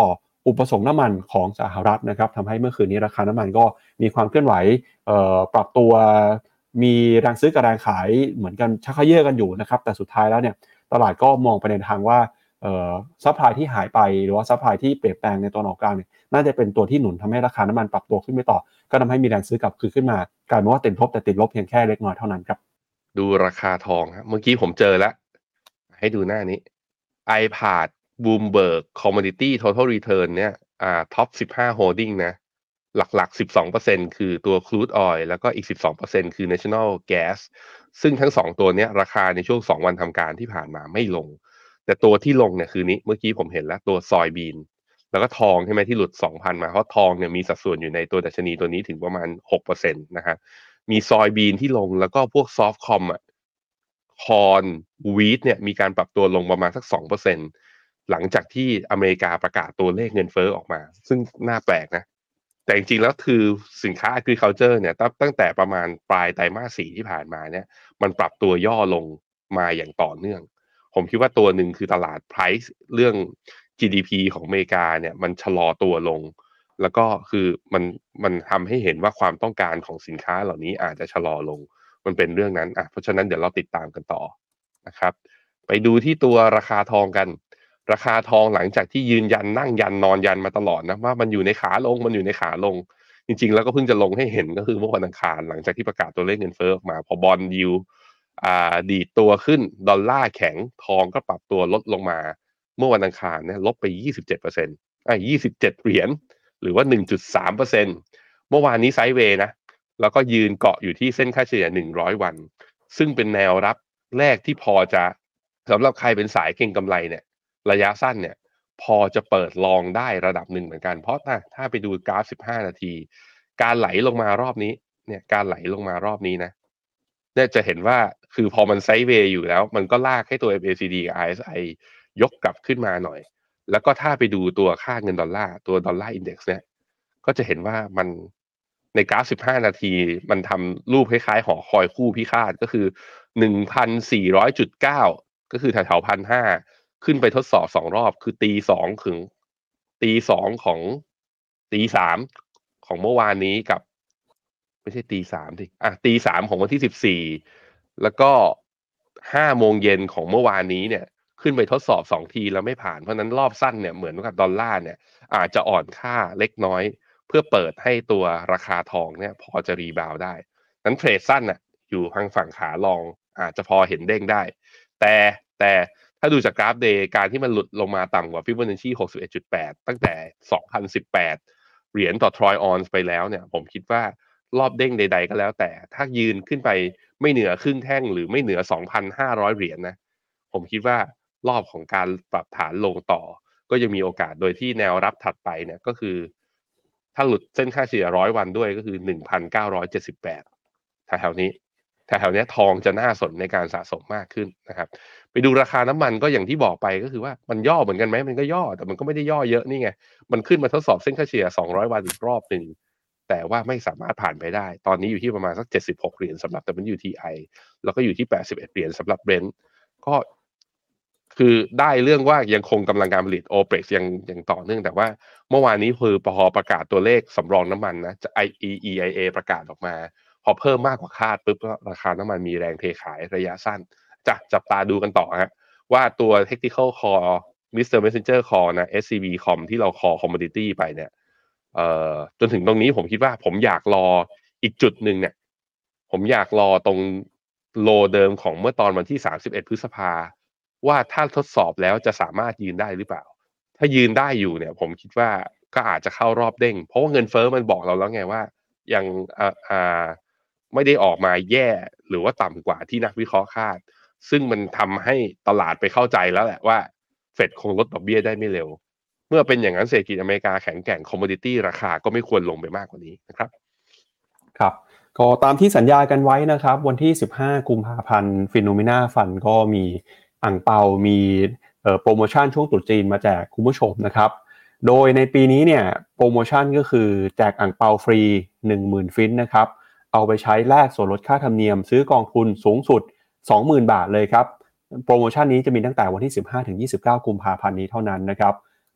อุปสงค์น้ำมันของสหรัฐนะครับทำให้เมื่อคืนนี้ราคาน้ำมันก็มีความเคลื่อนไหวปรับตัวมีแรงซื้อกับแรงขายเหมือนกันชักเขย่อกันอยู่นะครับแต่สุดท้ายแล้วเนี่ยตลาดก็มองไปในทางว่าซัพพลายที่หายไปหรือว่าซัพพลายที่เปลี่ยนแปลงในตอนออกกลางเนี่ยน่าจะเป็นตัวที่หนุนทำให้ราคาน้ำมันปรับตัวขึ้นไปต่อก็ทำให้มีแรงซื้อกลับคืนขึ้นมากลายเป็นว่าติดลบแต่ติดลบเพียงแค่เล็กน้อยเท่านั้นครับดูราคาทองครับเมื่อกี้ผมเจอแล้วให้ดูหน้านี้ ไอ พี เอ ดี Bloomberg Commodity Total Return เนี่ยอ่าท็อปสิบห้า holding นะหลักๆ สิบสองเปอร์เซ็นต์ คือตัว crude oil แล้วก็อีก สิบสองเปอร์เซ็นต์ คือ national gas ซึ่งทั้งสองตัวเนี้ยราคาในช่วงสองวันทำการที่ผ่านมาไม่ลงแต่ตัวที่ลงเนี่ยคือนี้เมื่อกี้ผมเห็นแล้วตัวซอยบีนแล้วก็ทองใช่ไหมที่หลุด สองพัน มาเพราะทองเนี่ยมีสัดส่วนอยู่ในตัวดัชนีตัวนี้ถึงประมาณ หกเปอร์เซ็นต์ นะฮะมีซอยบีนที่ลงแล้วก็พวกซอฟต์คอมอ่ะคอนวีทเนี่ยมีการปรับตัวลงประมาณสัก สองเปอร์เซ็นต์ หลังจากที่อเมริกาประกาศตัวเลขเงินเฟ้อออกมาซึ่งน่าแปลกนะแต่จริงๆแล้วคือสินค้า agriculture เนี่ยตั้งแต่ประมาณปลายไตรมาสสี่ที่ผ่านมาเนี่ยมันปรับตัวย่อลงมาอย่างต่อเนื่องผมคิดว่าตัวหนึ่งคือตลาด price เรื่อง จี ดี พี ของอเมริกาเนี่ยมันชะลอตัวลงแล้วก็คือมันมันทำให้เห็นว่าความต้องการของสินค้าเหล่านี้อาจจะชะลอลงมันเป็นเรื่องนั้นอ่ะเพราะฉะนั้นเดี๋ยวเราติดตามกันต่อนะครับไปดูที่ตัวราคาทองกันราคาทองหลังจากที่ยืนยันนั่งยันนอนยันมาตลอดนะว่ามันอยู่ในขาลงมันอยู่ในขาลงจริงๆแล้วก็เพิ่งจะลงให้เห็นก็คือเมื่อวันอังคารหลังจากที่ประกาศตัวเลขเงินเฟ้อออกมาพอบอนด์ยิลด์อ่าดีดตัวขึ้นดอลลาร์แข็งทองก็ปรับตัวลดลงมาเมื่อวันอังคารเนี่ยลบไป ยี่สิบเจ็ดเปอร์เซ็นต์ อ่ะยี่สิบเจ็ดเหรียญหรือว่า หนึ่งจุดสามเปอร์เซ็นต์ เมื่อวานนี้ไซด์เวย์นะแล้วก็ยืนเกาะอยู่ที่เส้นค่าเฉลี่ยหนึ่งร้อยวันซึ่งเป็นแนวรับแรกที่พอจะสำหรับใครเป็นสายเก็งกำไรเนี่ยระยะสั้นเนี่ยพอจะเปิดลองได้ระดับหนึ่งเหมือนกันเพราะถ้าถ้าไปดูกราฟสิบห้านาทีการไหลลงมารอบนี้เนี่ยการไหลลงมารอบนี้นะเนี่ยจะเห็นว่าคือพอมันไซด์เวย์อยู่แล้วมันก็ลากให้ตัว เอ็ม เอ ซี ดี กับ อาร์ เอส ไอ ยกกลับขึ้นมาหน่อยแล้วก็ถ้าไปดูตัวค่าเงินดอลลาร์ตัวดอลลาร์อินเด็กซ์เนี่ยก็จะเห็นว่ามันในกราฟสิบห้านาทีมันทำรูปคล้ายๆหอคอยคู่พิฆาตก็คือ หนึ่งพันสี่ร้อยจุดเก้า ก็คือแถวๆ หนึ่งพันห้าร้อย ขึ้นไปทดสอบสองรอบคือตีสองถึงตีสองของตีสามของเมื่อวานนี้กับไม่ใช่ตีสามสิอ่ะตีสามของวันที่สิบสี่แล้วก็ห้าโมงเย็นของเมื่อวานนี้เนี่ยขึ้นไปทดสอบสองทีแล้วไม่ผ่านเพราะนั้นรอบสั้นเนี่ยเหมือนกับดอลลาร์เนี่ยอาจจะอ่อนค่าเล็กน้อยเพื่อเปิดให้ตัวราคาทองเนี่ยพอจะรีบาวได้นั้นเทรดสั้นน่ะอยู่ทางฝั่งขาลองอาจจะพอเห็นเด้งได้แต่แต่ถ้าดูจากกราฟเดย์การที่มันหลุดลงมาต่ำกว่าฟิโบนัชชี หกสิบเอ็ดจุดแปด ตั้งแต่สองพันสิบแปดเหรียญต่อทรอยออนซ์ไปแล้วเนี่ยผมคิดว่ารอบเด้งใดๆก็แล้วแต่ถ้ายืนขึ้นไปไม่เหนือครึ่งแท่งหรือไม่เหนือ สองพันห้าร้อย เหรียญนะผมคิดว่ารอบของการปรับฐานลงต่อก็ยังมีโอกาสโดยที่แนวรับถัดไปเนี่ยก็คือถ้าหลุดเส้นค่าเฉลี่ยร้อยวันด้วยก็คือ หนึ่งพันเก้าร้อยเจ็ดสิบแปด แถวๆนี้แถวๆนี้ทองจะน่าสนในการสะสมมากขึ้นนะครับไปดูราคาน้ำมันก็อย่างที่บอกไปก็คือว่ามันย่อเหมือนกันไหมมันก็ย่อแต่มันก็ไม่ได้ย่อเยอะนี่ไงมันขึ้นมาทดสอบเส้นค่าเฉลี่ยสองร้อยวันอีกรอบหนึ่งแต่ว่าไม่สามารถผ่านไปได้ตอนนี้อยู่ที่ประมาณสักเจ็ดสิบหกเหรียญสำหรับ ดับเบิลยู ที ไอ แล้วก็อยู่ที่แปดสิบเอ็ดเหรียญสำหรับ Brent ก็คือได้เรื่องว่ายังคงกำลังการผลิต โอเปก ยังยังต่อเนื่องแต่ว่าเมื่อวานนี้คือพอประกาศตัวเลขสำรองน้ำมันนะจะ อี ไอ เอ ประกาศออกมาพอเพิ่มมากกว่าคาดปุ๊บก็ราคาน้ำมันมีแรงเทขายระยะสั้นจะจับตาดูกันต่อฮะว่าตัว Technical Call Mister Messenger Call นะ เอส ซี บี Com ที่เรา Call Commodity ไปเนี่ยเอ่อจนถึงตรงนี้ผมคิดว่าผมอยากรออีกจุดหนึ่งเนี่ยผมอยากรอตรงโลเดิมของเมื่อตอนวันที่สามสิบเอ็ดพฤษภาว่าถ้าทดสอบแล้วจะสามารถยืนได้หรือเปล่าถ้ายืนได้อยู่เนี่ยผมคิดว่าก็อาจจะเข้ารอบเด้งเพราะว่าเงินเฟ้อมันบอกเราแล้วไงว่ายังอ่าอ่าไม่ได้ออกมาแย่หรือว่าต่ำกว่าที่นักวิเคราะห์คาดซึ่งมันทำให้ตลาดไปเข้าใจแล้วแหละว่าเฟดคงลดดอกเบี้ยได้ไม่เร็วเมื่อเป็นอย่างนั้นเศรษฐกิจอเมริกาแข็งแกร่งคอมโมดิตี้ราคาก็ไม่ควรลงไปมากกว่านี้นะครับครับก็ตามที่สัญญากันไว้นะครับวันที่สิบห้ากุมภาพันธ์ฟิโนเมนาฟันก็มีอั่งเปามีเอ่อโปรโมชั่นช่วงตรุษจีนมาแจกคุณผู้ชมนะครับโดยในปีนี้เนี่ยโปรโมชั่นก็คือแจกอั่งเปาฟรี หนึ่งหมื่น ฟินนะครับเอาไปใช้แลกส่วนลดค่าธรรมเนียมซื้อกองทุนสูงสุด สองหมื่น บาทเลยครับโปรโมชั่นนี้จะมีตั้งแต่วันที่สิบห้าถึงยี่สิบเก้ากุมภาพันธ์นี้เท่านั้นนะครับ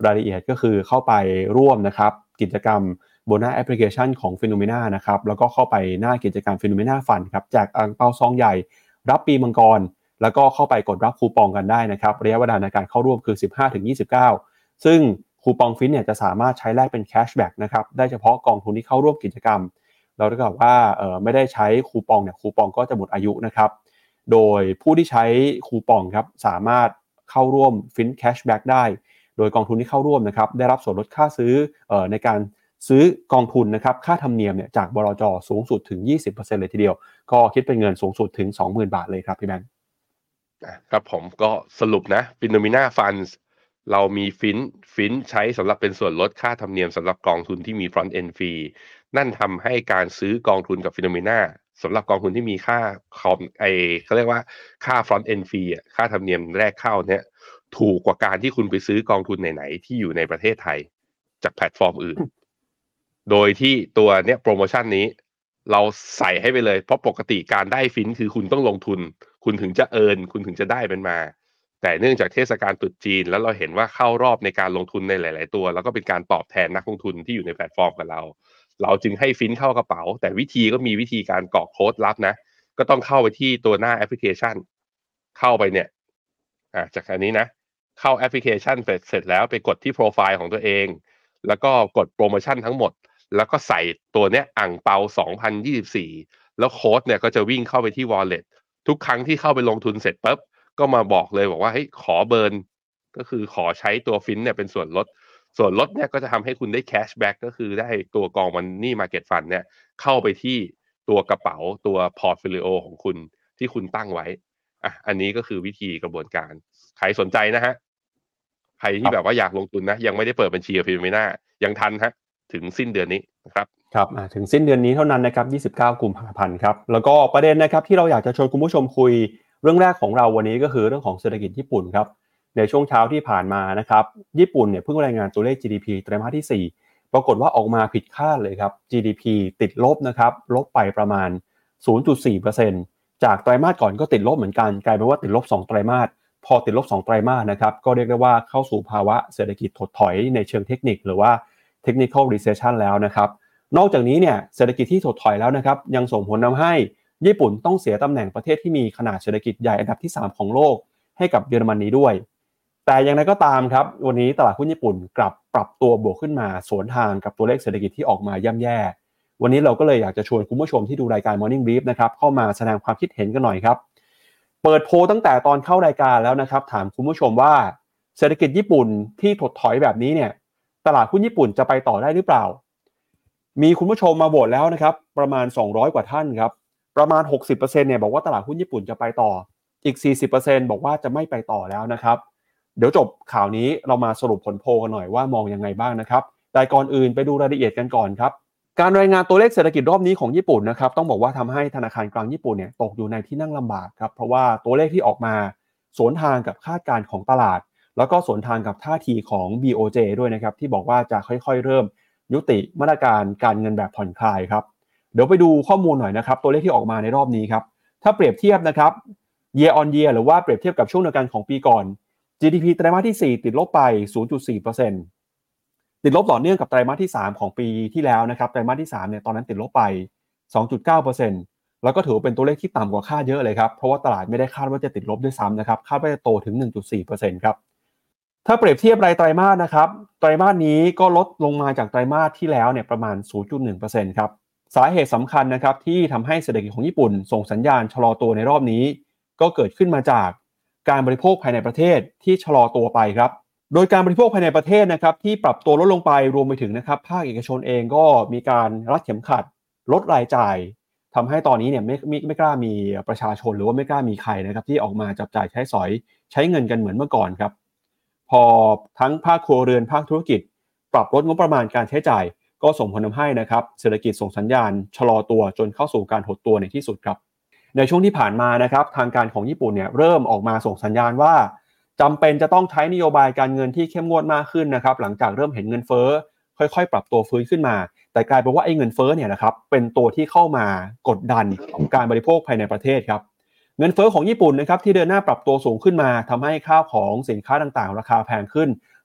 รายละเอียดก็คือเข้าไปร่วมนะครับกิจกรรมบนหน้าแอปพลิเคชันของ Phenomena นะครับแล้วก็เข้าไปหน้ากิจกรรม Phenomena Fund ครับแจกอั่งเปาซองใหญ่รับปีมังกรแล้วก็เข้าไปกดรับคูปองกันได้นะครับระยะเวลาในการเข้าร่วมคือ สิบห้าถึงยี่สิบเก้า ซึ่งคูปองฟินเนี่ยจะสามารถใช้แลกเป็นแคชแบ็กนะครับได้เฉพาะกองทุนที่เข้าร่วมกิจกรรมเราถ้าเกิดว่าเอ่อไม่ได้ใช้คูปองเนี่ยคูปองก็จะหมดอายุนะครับโดยผู้ที่ใช้คูปองครับสามารถเข้าร่วมฟินแคชแบ็กได้โดยกองทุนที่เข้าร่วมนะครับได้รับส่วนลดค่าซื้อเอ่อในการซื้อกองทุนนะครับค่าธรรมเนียมเนี่ยจากบลจ.สูงสุดถึง ยี่สิบเปอร์เซ็นต์ เลยทีเดียวก็คิดเป็นเงินสูงสุดถึง สองหมื่น บาทเลยครับพี่แบงค์ครับผมก็สรุปนะ Phenomena Funds เรามีฟินฟินใช้สำหรับเป็นส่วนลดค่าธรรมเนียมสำหรับกองทุนที่มี front end fee นั่นทำให้การซื้อกองทุนกับ Phenomena สำหรับกองทุนที่มีค่าคอมไอเขาเรียกว่าค่า front end fee อ่ะค่าธรรมเนียมแรกเข้าเนี่ยถูกกว่าการที่คุณไปซื้อกองทุนไหนๆที่อยู่ในประเทศไทยจากแพลตฟอร์มอื่น โดยที่ตัวเนี้ยโปรโมชั่นนี้เราใส่ให้ไปเลยเพราะปกติการได้ฟินคือคุณต้องลงทุนคุณถึงจะเอิร์นคุณถึงจะได้เป็นมาแต่เนื่องจากเทศกาลตรุษจีนแล้วเราเห็นว่าเข้ารอบในการลงทุนในหลายๆตัวแล้วก็เป็นการตอบแทนนักลงทุนที่อยู่ในแพลตฟอร์มกับเราเราจึงให้ฟินเข้ากระเป๋าแต่วิธีก็มีวิธีการกรอกโค้ดลับนะก็ต้องเข้าไปที่ตัวหน้าแอปพลิเคชันเข้าไปเนี่ยอ่ะจากอันนี้นะเข้าแอปพลิเคชันเสร็จเสร็จแล้วไปกดที่โปรไฟล์ของตัวเองแล้วก็กดโปรโมชั่นทั้งหมดแล้วก็ใส่ตัวเนี้ยอั่งเปาสองพันยี่สิบสี่แล้วโค้ดเนี่ยก็จะวิ่งเข้าไปที่ wallet ทุกครั้งที่เข้าไปลงทุนเสร็จปุ๊บก็มาบอกเลยบอกว่าเฮ้ยขอเบิร์นก็คือขอใช้ตัวฟินเนี่ยเป็นส่วนลดส่วนลดเนี่ยก็จะทำให้คุณได้แคชแบ็กก็คือได้ตัวกองมันนี่มาร์เก็ตฟันเนี่ยเข้าไปที่ตัวกระเป๋าตัวพอร์ตโฟลิโอของคุณที่คุณตั้งไว้อ่ะอันนี้ก็คือวิธีกระบวนการใครสนใจนะฮะใครที่แบบว่าอยากลงทุนนะยังไม่ได้เปิดบัญชีกับฟิโนเมนายังทันฮะถึงสิ้นเดือนนี้นะครับครับถึงสิ้นเดือนนี้เท่านั้นนะครับยี่สิบเก้ากุมภาพันธ์ครับแล้วก็ประเด็นนะครับที่เราอยากจะชวนคุณผู้ชมคุยเรื่องแรกของเราวันนี้ก็คือเรื่องของเศรษฐกิจญี่ปุ่นครับในช่วงเช้าที่ผ่านมานะครับญี่ปุ่นเนี่ยเพิ่งรายงานตัวเลข จี ดี พี ไตรมาสที่สี่ปรากฏว่าออกมาผิดคาดเลยครับ จี ดี พี ติดลบนะครับลบไปประมาณ ศูนย์จุดสี่เปอร์เซ็นต์ จากไตรมาสก่อนก็ติดลบเหมือนกันกลายเป็นว่าติดลบสองไตรมาสพอติดลบสองไตรมาสนะครับก็เรียกได้ว่าเข้าสู่ภาวะเศรษฐกิจถดถอยในเชิงเทคนิคหรือว่า technical recession แล้วนะครับนอกจากนี้เนี่ยเศรษฐกิจที่ถดถอยแล้วนะครับยังส่งผลทำให้ญี่ปุ่นต้องเสียตำแหน่งประเทศที่มีขนาดเศรษฐกิจใหญ่อันดับที่สามของโลกให้กับเยอรมนีด้วยแต่อย่างไรก็ตามครับวันนี้ตลาดหุ้นญี่ปุ่นกลับปรับตัวบวกขึ้นมาสวนทางกับตัวเลขเศรษฐกิจที่ออกมาย่ำแย่วันนี้เราก็เลยอยากจะชวนคุณผู้ชมที่ดูรายการ Morning Brief นะครับเข้ามาแสดงความคิดเห็นกันหน่อยครับเปิดโพลตั้งแต่ตอนเข้ารายการแล้วนะครับถามคุณผู้ชมว่าเศรษฐกิจญี่ปุ่นที่ถดถอยแบบนี้เนี่ยตลาดหุ้นญี่ปุ่นจะไปต่อได้หรือเปล่ามีคุณผู้ชมมาโหวตแล้วนะครับประมาณสองร้อยกว่าท่านครับประมาณ หกสิบเปอร์เซ็นต์ เนี่ยบอกว่าตลาดหุ้นญี่ปุ่นจะไปต่ออีก สี่สิบเปอร์เซ็นต์ บอกว่าจะไม่ไปต่อแล้วนะครับเดี๋ยวจบข่าวนี้เรามาสรุปผลโพลกันหน่อยว่ามองยังไงบ้างนะครับแต่ก่อนอื่นไปดูรายละเอียดกันก่อนครับการรายงานตัวเลขเศรษฐกิจรอบนี้ของญี่ปุ่นนะครับต้องบอกว่าทำให้ธนาคารกลางญี่ปุ่นเนี่ยตกอยู่ในที่นั่งลำบากครับเพราะว่าตัวเลขที่ออกมาสวนทางกับคาดการณ์ของตลาดแล้วก็สวนทางกับท่าทีของ บี โอ เจ ด้วยนะครับที่บอกว่าจะค่อยๆเริ่มยุติมาตรการการเงินแบบผ่อนคลายครับเดี๋ยวไปดูข้อมูลหน่อยนะครับตัวเลขที่ออกมาในรอบนี้ครับถ้าเปรียบเทียบนะครับ year on year หรือว่าเปรียบเทียบกับช่วงเดียวกันของปีก่อน จี ดี พี ไตรมาสที่สี่ติดลบไป ศูนย์จุดสี่เปอร์เซ็นต์ ติดลบต่อเนื่องกับไตรมาสที่สามของปีที่แล้วนะครับไตรมาสที่สามเนี่ยตอนนั้นติดลบไป สองจุดเก้าเปอร์เซ็นต์ แล้วก็ถือว่าเป็นตัวเลขที่ต่ำกว่าคาดเยอะเลยครับเพราะว่าตลาดไม่ได้คาดว่าจะติดลบด้วยซ้ำนะครับคาดว่าจะโตถึง หนึ่งจุดสี่เปอร์เซ็นต์ ครับถ้าเปรียบเทียบรายไตรมาสนะครับไตรมาสนี้ก็ลดลงมาจากไตรมาสที่แล้วเนี่ยประมาณ ศูนย์จุดหนึ่งเปอร์เซ็นต์ ครับสาเหตุสำคัญนะครับที่ทำให้เศรษฐกิจของญี่ปุ่นส่งสัญญาณชะลอตัวในรอบนี้ก็เกิดขึ้นมาจากการบริโภคภายในประเทศที่ชะลอตัวไปครับโดยการบริโภคภายในประเทศนะครับที่ปรับตัวลดลงไปรวมไปถึงนะครับภาคเอกชนเองก็มีการรัดเข็มขัดลดรายจ่ายทำให้ตอนนี้เนี่ยไม่ไม่ไม่กล้ามีประชาชนหรือว่าไม่กล้ามีใครนะครับที่ออกมาจับจ่ายใช้สอยใช้เงินกันเหมือนเมื่อก่อนครับพอทั้งภาคครัวเรือนภาคธุรกิจปรับลดงบประมาณการใช้จ่ายก็ส่งผลทำให้นะครับเศรษฐกิจส่งสัญญาณชะลอตัวจนเข้าสู่การหดตัวในที่สุดครับในช่วงที่ผ่านมานะครับทางการของญี่ปุ่นเนี่ยเริ่มออกมาส่งสัญญาณว่าจำเป็นจะต้องใช้นโยบายการเงินที่เข้มงวดมากขึ้นนะครับหลังจากเริ่มเห็นเงินเฟ้อค่อยๆปรับตัวฟื้นขึ้นมาแต่กลายเป็นว่าไอ้เงินเฟ้อเนี่ยนะครับเป็นตัวที่เข้ามากดดันการบริโภคภายในประเทศครับเงินเฟ้อของญี่ปุ่นนะครับที่เดินหน้าปรับตัวสูงขึ้นมาทำให้ข้าวของสินค้าต่างๆราคาแพงขึ้น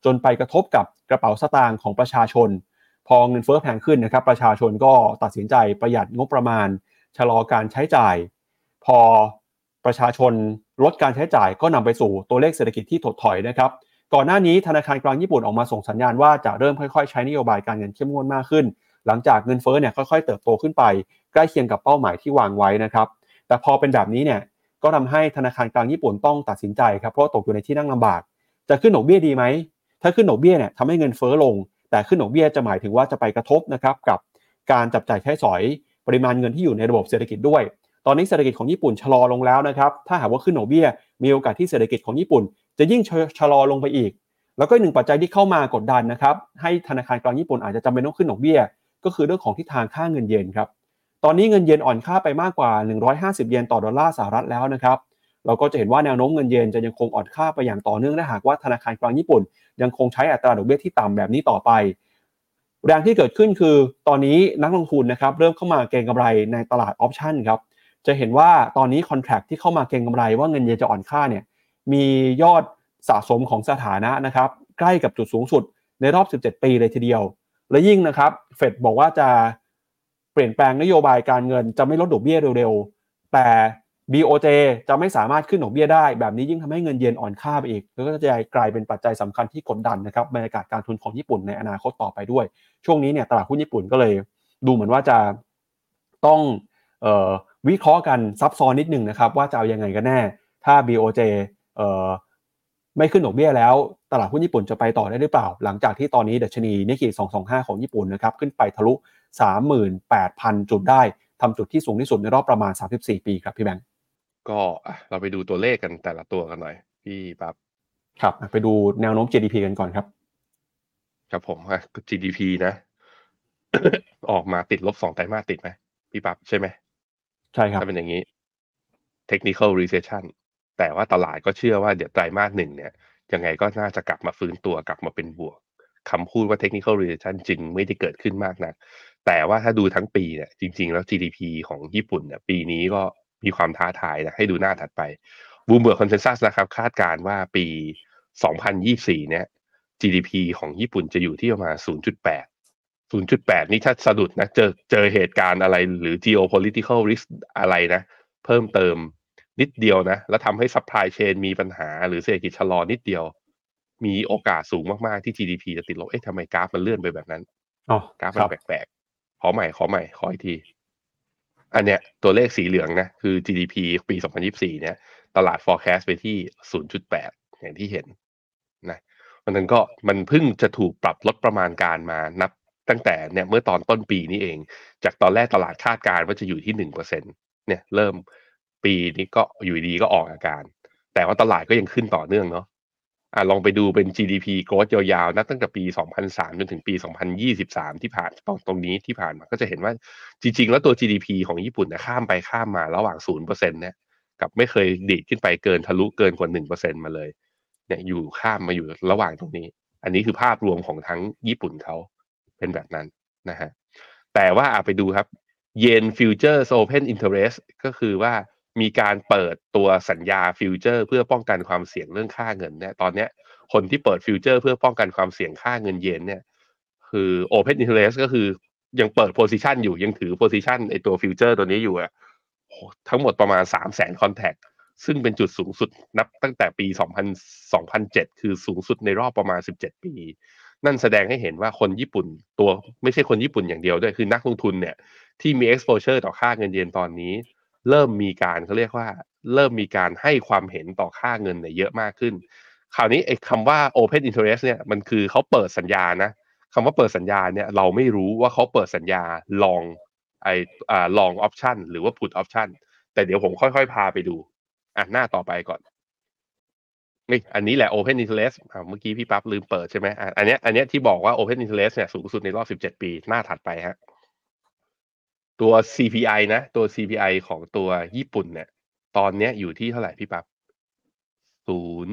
จนไปกระทบกับกระเป๋าสตางค์ของประชาชนพอเงินเฟ้อแพงขึ้นนะครับประชาชนก็ตัดสินใจประหยัดงบประมาณชะลอการใช้จ่ายพอประชาชนลดการใช้จ่ายก็นำไปสู่ตัวเลขเศรษฐกิจที่ถดถอยนะครับก่อนหน้านี้ธนาคารกลางญี่ปุ่นออกมาส่งสัญญาณว่าจะเริ่มค่อยๆใช้นโยบายการเงินเข้มงวดมากขึ้นหลังจากเงินเฟ้อเนี่ยค่อยๆเติบโตขึ้นไปใกล้เคียงกับเป้าหมายที่วางไว้นะครับแต่พอเป็นแบบนี้เนี่ยก็ทำให้ธนาคารกลางญี่ปุ่นต้องตัดสินใจครับเพราะตกอยู่ในที่นั่งลำบากจะขึ้นดอกเบี้ยดีไหมถ้าขึ้นดอกเบี้ยเนี่ยทำให้เงินเฟ้อลงแต่ขึ้นดอกเบี้ยจะหมายถึงว่าจะไปกระทบนะครับกับการจับจ่ายใช้สอยปริมาณเงินที่อยู่ในระบบเศรษฐกิจด้วยตอนนี้เศรษฐกิจของญี่ปุ่นชะลอลงแล้วนะครับถ้าหากว่าขึ้นดอกเบี้ยมีโอกาสที่เศรษฐกิจของญี่ปุ่นจะยิ่งชะลอลงไปอีกแล้วก็อีกหนึ่งปัจจัยที่เข้ามากดดันนะครับให้ธนาคารกลางญี่ปุ่นอาจจะจำเป็นต้องขึ้นดอกเบี้ยก็คือเรื่องของทิศทางค่าเงินเยนครับตอนนี้เงินเยนอ่อนค่าไปมากกว่าหนึ่งร้อยห้าสิบเยนต่อดอลลาร์สหรัฐแล้วนะครับเราก็จะเห็นว่าแนวโน้มเงินเยนจะยังคงอ่อนค่าไปอย่างต่อเนื่องถ้าหากว่าธนาคารกลางญี่ปุ่นยังคงใช้อัตราดอกเบี้ยที่ต่ำแบบนี้ต่อไปแรงที่เกิดขึ้นคือตอนนี้นักลงทุนนะครับเริ่มเข้ามาเก็งกำไรในตลาดออปชั่นครับจะเห็นว่าตอนนี้คอนแทรคที่เข้ามาเก็งกำไรว่าเงินเยนจะอ่อนค่าเนี่ยมียอดสะสมของสถานะนะครับใกล้กับจุดสูงสุดในรอบสิบเจ็ดปีเลยทีเดียวและยิ่งนะครับเฟดบอกว่าจะเปลี่ยนแปลงนโยบายการเงินจะไม่ลดดอกเบี้ยเร็วๆแต่ บี โอ เจ จะไม่สามารถขึ้นดอกเบี้ยได้แบบนี้ยิ่งทำให้เงินเยนอ่อนค่าไปอีกแล้วก็จะกลายเป็นปัจจัยสำคัญที่กดดันนะครับบรรยากาศการทุนของญี่ปุ่นในอนาคตต่อไปด้วยช่วงนี้เนี่ยตลาดหุ้นญี่ปุ่นก็เลยดูเหมือนว่าจะต้องเอ่อวิเคราะห์กันซับซ้อนนิดนึงนะครับว่าจะเอายังไงกันแน่ถ้า บี โอ เจ เอ่อไม่ขึ้นดอกเบี้ยแล้วตลาดหุ้นญี่ปุ่นจะไปต่อได้หรือเปล่าหลังจากที่ตอนนี้ดัชนีนิกเกอิสองสองห้าของญี่ปุ่นนะครับขึ้นไปทะลุ สามหมื่นแปดพัน จุดได้ทำจุดที่สูงที่สุดในรอบประมาณสามสิบสี่ปีครับพี่แบงค์ก็เราไปดูตัวเลขกันแต่ละตัวกันหน่อยพี่ปั๊บครับไปดูแนวโน้ม จี ดี พี กันก่อนครับครับผมอ่ะ จี ดี พี นะ ออกมาติดลบสองไตรมาสติดไหมพี่ปั๊บใช่ไหมใช่ครับถ้าเป็นอย่างนี้ technical recession แต่ว่าตลาดก็เชื่อว่าเดี๋ยวไตรมาสหนึ่งเนี่ยยังไงก็น่าจะกลับมาฟื้นตัวกลับมาเป็นบวกคำพูดว่า technical recession จริงไม่ได้เกิดขึ้นมากนักแต่ว่าถ้าดูทั้งปีเนี่ยจริงๆแล้ว จี ดี พี ของญี่ปุ่นเนี่ยปีนี้ก็มีความท้าทายนะให้ดูหน้าถัดไป Bloomberg Consensus นะครับคาดการณ์ว่าปีสองพันยี่สิบสี่เนี่ย จี ดี พี ของญี่ปุ่นจะอยู่ที่ประมาณ ศูนย์จุดแปด ศูนย์จุดแปด นี่ถ้าสะดุดนะเจอเจอเหตุการณ์อะไรหรือ geopolitical risk อะไรนะเพิ่มเติมนิดเดียวนะแล้วทำให้ supply chain มีปัญหาหรือเศรษฐกิจชะลอนิดเดียวมีโอกาสสูงมากๆที่ จี ดี พี จะติดลบเอ๊ะทำไมกราฟมันเลื่อนไปแบบนั้นอ๋อกราฟมันแปลกๆขอใหม่ขอใหม่ขออีกทีอันเนี้ยตัวเลขสีเหลืองนะคือ จี ดี พี ปีสองพันยี่สิบสี่เนี่ยตลาด forecast ไปที่ ศูนย์จุดแปด อย่างที่เห็นนะมันนั้นก็มันเพิ่งจะถูกปรับลดประมาณการมานับตั้งแต่เนี่ยเมื่อตอนต้นปีนี้เองจากตอนแรกตลาดคาดการณ์ว่าจะอยู่ที่ หนึ่งเปอร์เซ็นต์ เนี่ยเริ่มปีนี้ก็อยู่ดีก็ออกอาการแต่ว่าตลาดก็ยังขึ้นต่อเนื่องเนาะอ่ะลองไปดูเป็น จี ดี พี growth ยาวๆนับตั้งแต่ปีสองพันสามจนถึงปีสองพันยี่สิบสามที่ผ่านตรงตรงนี้ที่ผ่านมาก็จะเห็นว่าจริงๆแล้วตัว จี ดี พี ของญี่ปุ่นเนี่ยข้ามไปข้ามมาระหว่าง ศูนย์เปอร์เซ็นต์ เนี่ยกับไม่เคยดีดขึ้นไปเกินทะลุเกินกว่า หนึ่งเปอร์เซ็นต์ มาเลยเนี่ยอยู่ข้ามมาอยู่ระหว่างตรงนี้อันนี้คือภาพรวมของทั้งญี่ปุ่นเขาเป็นแบบนั้นนะฮะแต่ว่าไปดูครับ Yen Futures Open Interest ก็คือว่ามีการเปิดตัวสัญญาฟิวเจอร์เพื่อป้องกันความเสี่ยงเรื่องค่าเงินเนี่ยตอนเนี้ยคนที่เปิดฟิวเจอร์เพื่อป้องกันความเสี่ยงค่าเงินเยนเนี่ยคือ Open Interest ก็คือยังเปิด position อยู่ยังถือ position ไอตัวฟิวเจอร์ตัวนี้อยู่อะทั้งหมดประมาณ สามแสน contract ซึ่งเป็นจุดสูงสุดนับตั้งแต่ปีสองพัน สองพันเจ็ดคือสูงสุดในรอบประมาณสิบเจ็ดปีนั่นแสดงให้เห็นว่าคนญี่ปุ่นตัวไม่ใช่คนญี่ปุ่นอย่างเดียวด้วยคือนักลงทุนเนี่ยที่มี exposure ต่อค่าเงินเยนตอนนี้เริ่มมีการเขาเรียกว่าเริ่มมีการให้ความเห็นต่อค่าเงินเนี่ยเยอะมากขึ้นคราวนี้ไอ้คำว่า open interest เนี่ยมันคือเขาเปิดสัญญานะคำว่าเปิดสัญญาเนี่ยเราไม่รู้ว่าเขาเปิดสัญญา long ไอ้อ่า long option หรือว่า put option แต่เดี๋ยวผมค่อยๆพาไปดูอ่ะหน้าต่อไปก่อนนี่อันนี้แหละ Open Interest อ่าเมื่อกี้พี่ปั๊บลืมเปิดใช่ไหมอ่ะอันเนี้ยอันเนี้ยที่บอกว่า Open Interest เนี่ยสูงสุดในรอบสิบเจ็ดปีหน้าถัดไปฮะตัว ซี พี ไอ นะตัว ซี พี ไอ ของตัวญี่ปุ่นเนี่ยตอนเนี้ยอยู่ที่เท่าไหร่พี่ปั๊บศูนย์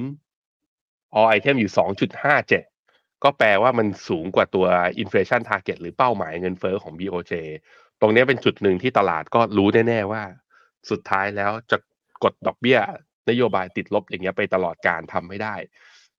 all item อยู่ สองจุดห้าเจ็ด ก็แปลว่ามันสูงกว่าตัว inflation target หรือเป้าหมายเงินเฟ้อของ บี โอ เจ ตรงนี้เป็นจุดหนึ่งที่ตลาดก็รู้แน่ๆว่าสุดท้ายแล้วจะกดดอกเบี้ยนโยบายติดลบอย่างเงี้ยไปตลอดการทำไม่ได้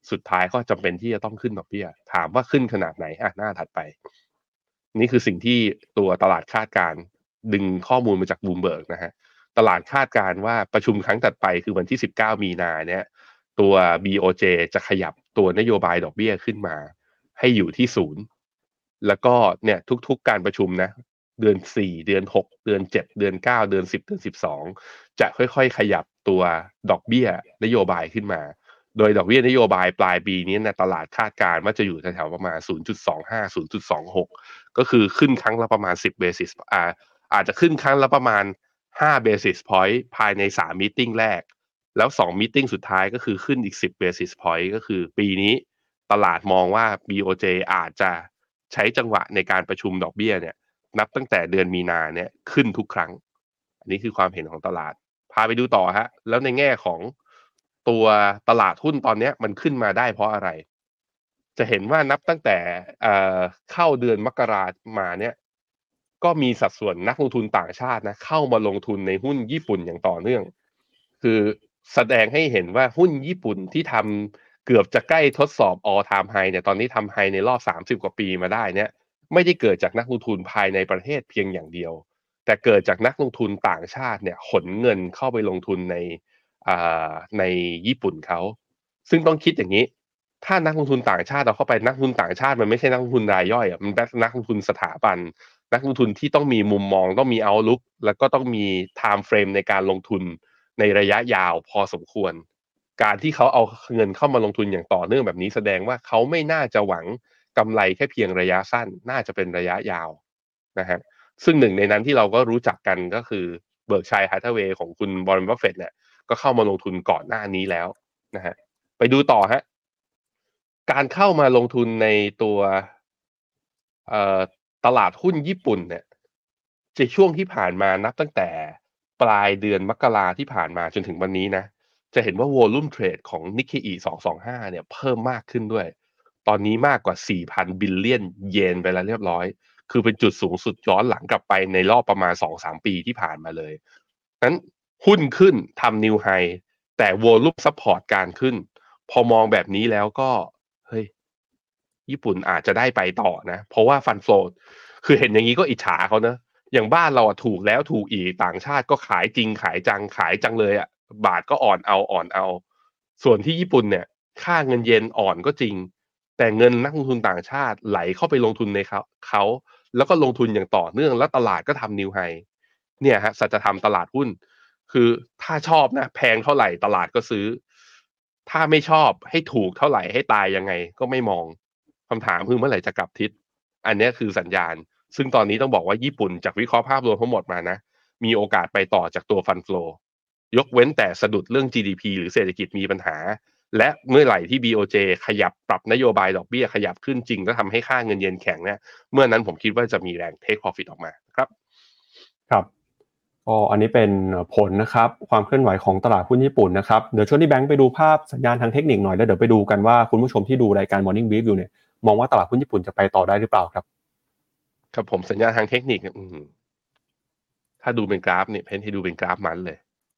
สุดท้ายก็จำเป็นที่จะต้องขึ้นดอกเบี้ยถามว่าขึ้นขนาดไหนอ่ะหน้าถัดไปนี่คือสิ่งที่ตัวตลาดคาดการดึงข้อมูลมาจาก Bloomberg นะฮะตลาดคาดการว่าประชุมครั้งถัดไปคือวันที่สิบเก้ามีนาเนี่ยตัว บี โอ เจ จะขยับตัวนโยบายดอกเบี้ยขึ้นมาให้อยู่ที่ศูนย์แล้วก็เนี่ยทุกๆการประชุมนะเดือนสี่เดือนหกเดือนเจ็ดเดือนเก้าเดือนสิบเดือนสิบสองจะค่อยๆขยับตัวดอกเบี้ยนโยบายขึ้นมาโดยดอกเบี้ยนโยบายปลายปีนี้นะตลาดคาดการณ์ว่าจะอยู่แถวๆประมาณ ศูนย์จุดสองห้า ศูนย์จุดสองหก ก็คือขึ้นครั้งละประมาณสิบ basis อ่าอาจจะขึ้นครั้งละประมาณห้า basis point ภายในสามมีตติ้งแรกแล้วสองมีตติ้งสุดท้ายก็คือขึ้นอีกสิบ basis point ก็คือปีนี้ตลาดมองว่า บี โอ เจ อาจจะใช้จังหวะในการประชุมดอกเบี้ยเนี่ยนับตั้งแต่เดือนมีนาเนี่ยขึ้นทุกครั้งอันนี้คือความเห็นของตลาดพาไปดูต่อฮะแล้วในแง่ของตัวตลาดหุ้นตอนนี้มันขึ้นมาได้เพราะอะไรจะเห็นว่านับตั้งแต่เอ่อเข้าเดือนมกรามาเนี่ยก็มีสัดส่วนนักลงทุนต่างชาตินะเข้ามาลงทุนในหุ้นญี่ปุ่นอย่างต่อเนื่องคือแสดงให้เห็นว่าหุ้นญี่ปุ่นที่ทำเกือบจะใกล้ทดสอบ all time high เนี่ยตอนนี้ทำ high ในรอบสามสิบกว่าปีมาได้เนี่ยไม่ได้เกิดจากนักลงทุนภายในประเทศเพียงอย่างเดียวแต่เกิดจากนักลงทุนต่างชาติเนี่ยขนเงินเข้าไปลงทุนในอ่าในญี่ปุ่นเขาซึ่งต้องคิดอย่างนี้ถ้านักลงทุนต่างชาติเอาเข้าไปนักลงทุนต่างชาติมันไม่ใช่นักลงทุนรายย่อยอ่ะมันเป็นนักลงทุนสถาบันนักลงทุนที่ต้องมีมุมมองต้องมี outlook แล้วก็ต้องมี time frame ในการลงทุนในระยะยาวพอสมควรการที่เขาเอาเงินเข้ามาลงทุนอย่างต่อเนื่องแบบนี้แสดงว่าเขาไม่น่าจะหวังกำไรแค่เพียงระยะสั้นน่าจะเป็นระยะยาวนะฮะซึ่งหนึ่งในนั้นที่เราก็รู้จักกันก็คือเบิร์กชัย Hathaway ของคุณวอร์เรน บัฟเฟตต์เนี่ยก็เข้ามาลงทุนก่อนหน้านี้แล้วนะฮะไปดูต่อฮะการเข้ามาลงทุนในตัวเอ่อตลาดหุ้นญี่ปุ่นเนี่ยในช่วงที่ผ่านมานับตั้งแต่ปลายเดือนมกราที่ผ่านมาจนถึงวันนี้นะจะเห็นว่า volume trade ของ Nikkei สองสองห้าเนี่ยเพิ่มมากขึ้นด้วยตอนนี้มากกว่า สี่พัน บิลเลียนเยนไปแล้วเรียบร้อยคือเป็นจุดสูงสุดย้อนหลังกลับไปในรอบประมาณ สองสาม ปีที่ผ่านมาเลยนั้นหุ้นขึ้นทำ New High แต่ volume support การขึ้นพอมองแบบนี้แล้วก็เฮ้ยญี่ปุ่นอาจจะได้ไปต่อนะเพราะว่าฟันโฟลคือเห็นอย่างนี้ก็อิจฉาเขานะอย่างบ้านเราถูกแล้วถูกอีกต่างชาติก็ขายจริงขายจังขายจังเลยอ่ะบาทก็อ่อนเอาอ่อนเอาส่วนที่ญี่ปุ่นเนี่ยค่าเงินเยนอ่อนก็จริงแต่เงินนักลงทุนต่างชาติไหลเข้าไปลงทุนในเขาเขาแล้วก็ลงทุนอย่างต่อเนื่องแล้วตลาดก็ทำนิวไฮเนี่ยฮะสัจธรรมตลาดหุ้นคือถ้าชอบนะแพงเท่าไหร่ตลาดก็ซื้อถ้าไม่ชอบให้ถูกเท่าไหร่ให้ตายยังไงก็ไม่มองคำถามคือเมื่อไหร่จะกลับทิศอันนี้คือสัญญาณซึ่งตอนนี้ต้องบอกว่าญี่ปุ่นจากวิเคราะห์ภาพรวมทั้งหมดมานะมีโอกาสไปต่อจากตัวฟันโฟลยกเว้นแต่สะดุดเรื่อง จี ดี พี หรือเศรษฐกิจมีปัญหาและเมื่อไหร่ที่ บี โอ เจ ขยับปรับนโยบายดอกเบี้ยขยับขึ้นจริงแล้วทำให้ค่าเงินเยนแข็งเนี่ยเมื่อนั้นผมคิดว่าจะมีแรง take profit ออกมาครับครับก็อันนี้เป็นผลนะครับความเคลื่อนไหวของตลาดหุ้นญี่ปุ่นนะครับเดี๋ยวชวนที่แบงค์ไปดูภาพสัญญาณทางเทคนิคหน่อยแล้วเดี๋ยวไปดูกันว่าคุณผู้ชมที่ดูรายการ Morning Brief อยู่เนี่ยมองว่าตลาดหุ้นญี่ปุ่นจะไปต่อได้หรือเปล่าครับครับผมสัญญาณทางเทคนิคอืมถ้าดูเป็นกราฟเนี่ยเพนให้ดูเป็นกราฟมันเลย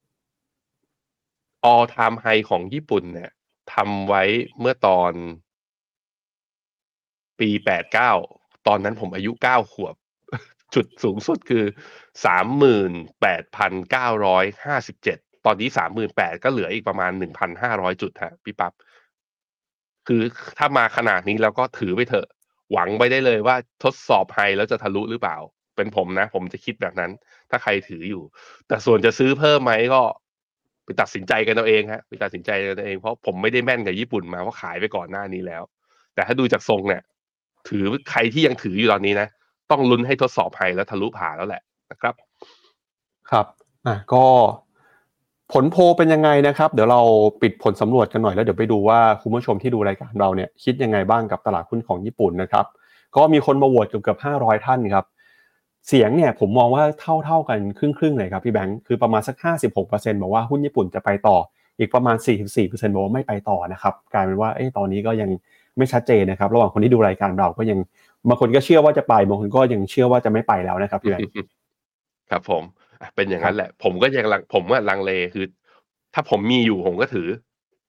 all time high ของญี่ปุ่นเนี่ยทำไว้เมื่อตอนปีแปดสิบเก้าตอนนั้นผมอายุเก้าขวบจุดสูงสุดคือ สามหมื่นแปดพันเก้าร้อยห้าสิบเจ็ด ตอนนี้ สามหมื่นแปดพัน ก็เหลืออีกประมาณ หนึ่งพันห้าร้อย จุดฮะพี่ปั๊บคือถ้ามาขนาดนี้แล้วก็ถือไปเถอะหวังไปได้เลยว่าทดสอบไฮแล้วจะทะลุหรือเปล่าเป็นผมนะผมจะคิดแบบนั้นถ้าใครถืออยู่แต่ส่วนจะซื้อเพิ่มไหมก็ไปตัดสินใจกันเอาเองฮะไปตัดสินใจกันเอาเองเพราะผมไม่ได้แม่นกับญี่ปุ่นมาเพราะขายไปก่อนหน้านี้แล้วแต่ถ้าดูจากทรงเนี่ยถือใครที่ยังถืออยู่ตอนนี้นะต้องลุ้นให้ทดสอบไฮแล้วทะลุผ่านแล้วแหละนะครับครับอ่ะก็ผลโพลเป็นยังไงนะครับเดี๋ยวเราปิดผลสำรวจกันหน่อยแล้วเดี๋ยวไปดูว่าคุณผู้ชมที่ดูรายการเราเนี่ยคิดยังไงบ้างกับตลาดหุ้นของญี่ปุ่นนะครับก็มีคนมาโหวตเกือบๆห้าร้อยท่านครับเสียงเนี่ยผมมองว่าเท่าๆกันครึ่งๆเลยครับพี่แบงค์คือประมาณสัก ห้าสิบหกเปอร์เซ็นต์ บอกว่าหุ้นญี่ปุ่นจะไปต่ออีกประมาณ สี่สิบสี่เปอร์เซ็นต์ บอกว่าไม่ไปต่อนะครับกลายเป็นว่าเอ๊ะตอนนี้ก็ยังไม่ชัดเจนนะครับระหว่างคนที่ดูรายการเราก็ยังบางคนก็เชื่อว่าจะไปบางคนก็ยังเชื่อว่าจะไม่ไปแล้วนะครับพี่แบงค์ครับผมเป็นอย่างนั้นแหละผมก็ยังลังผมว่าลังเลคือถ้าผมมีอยู่ผมก็ถือ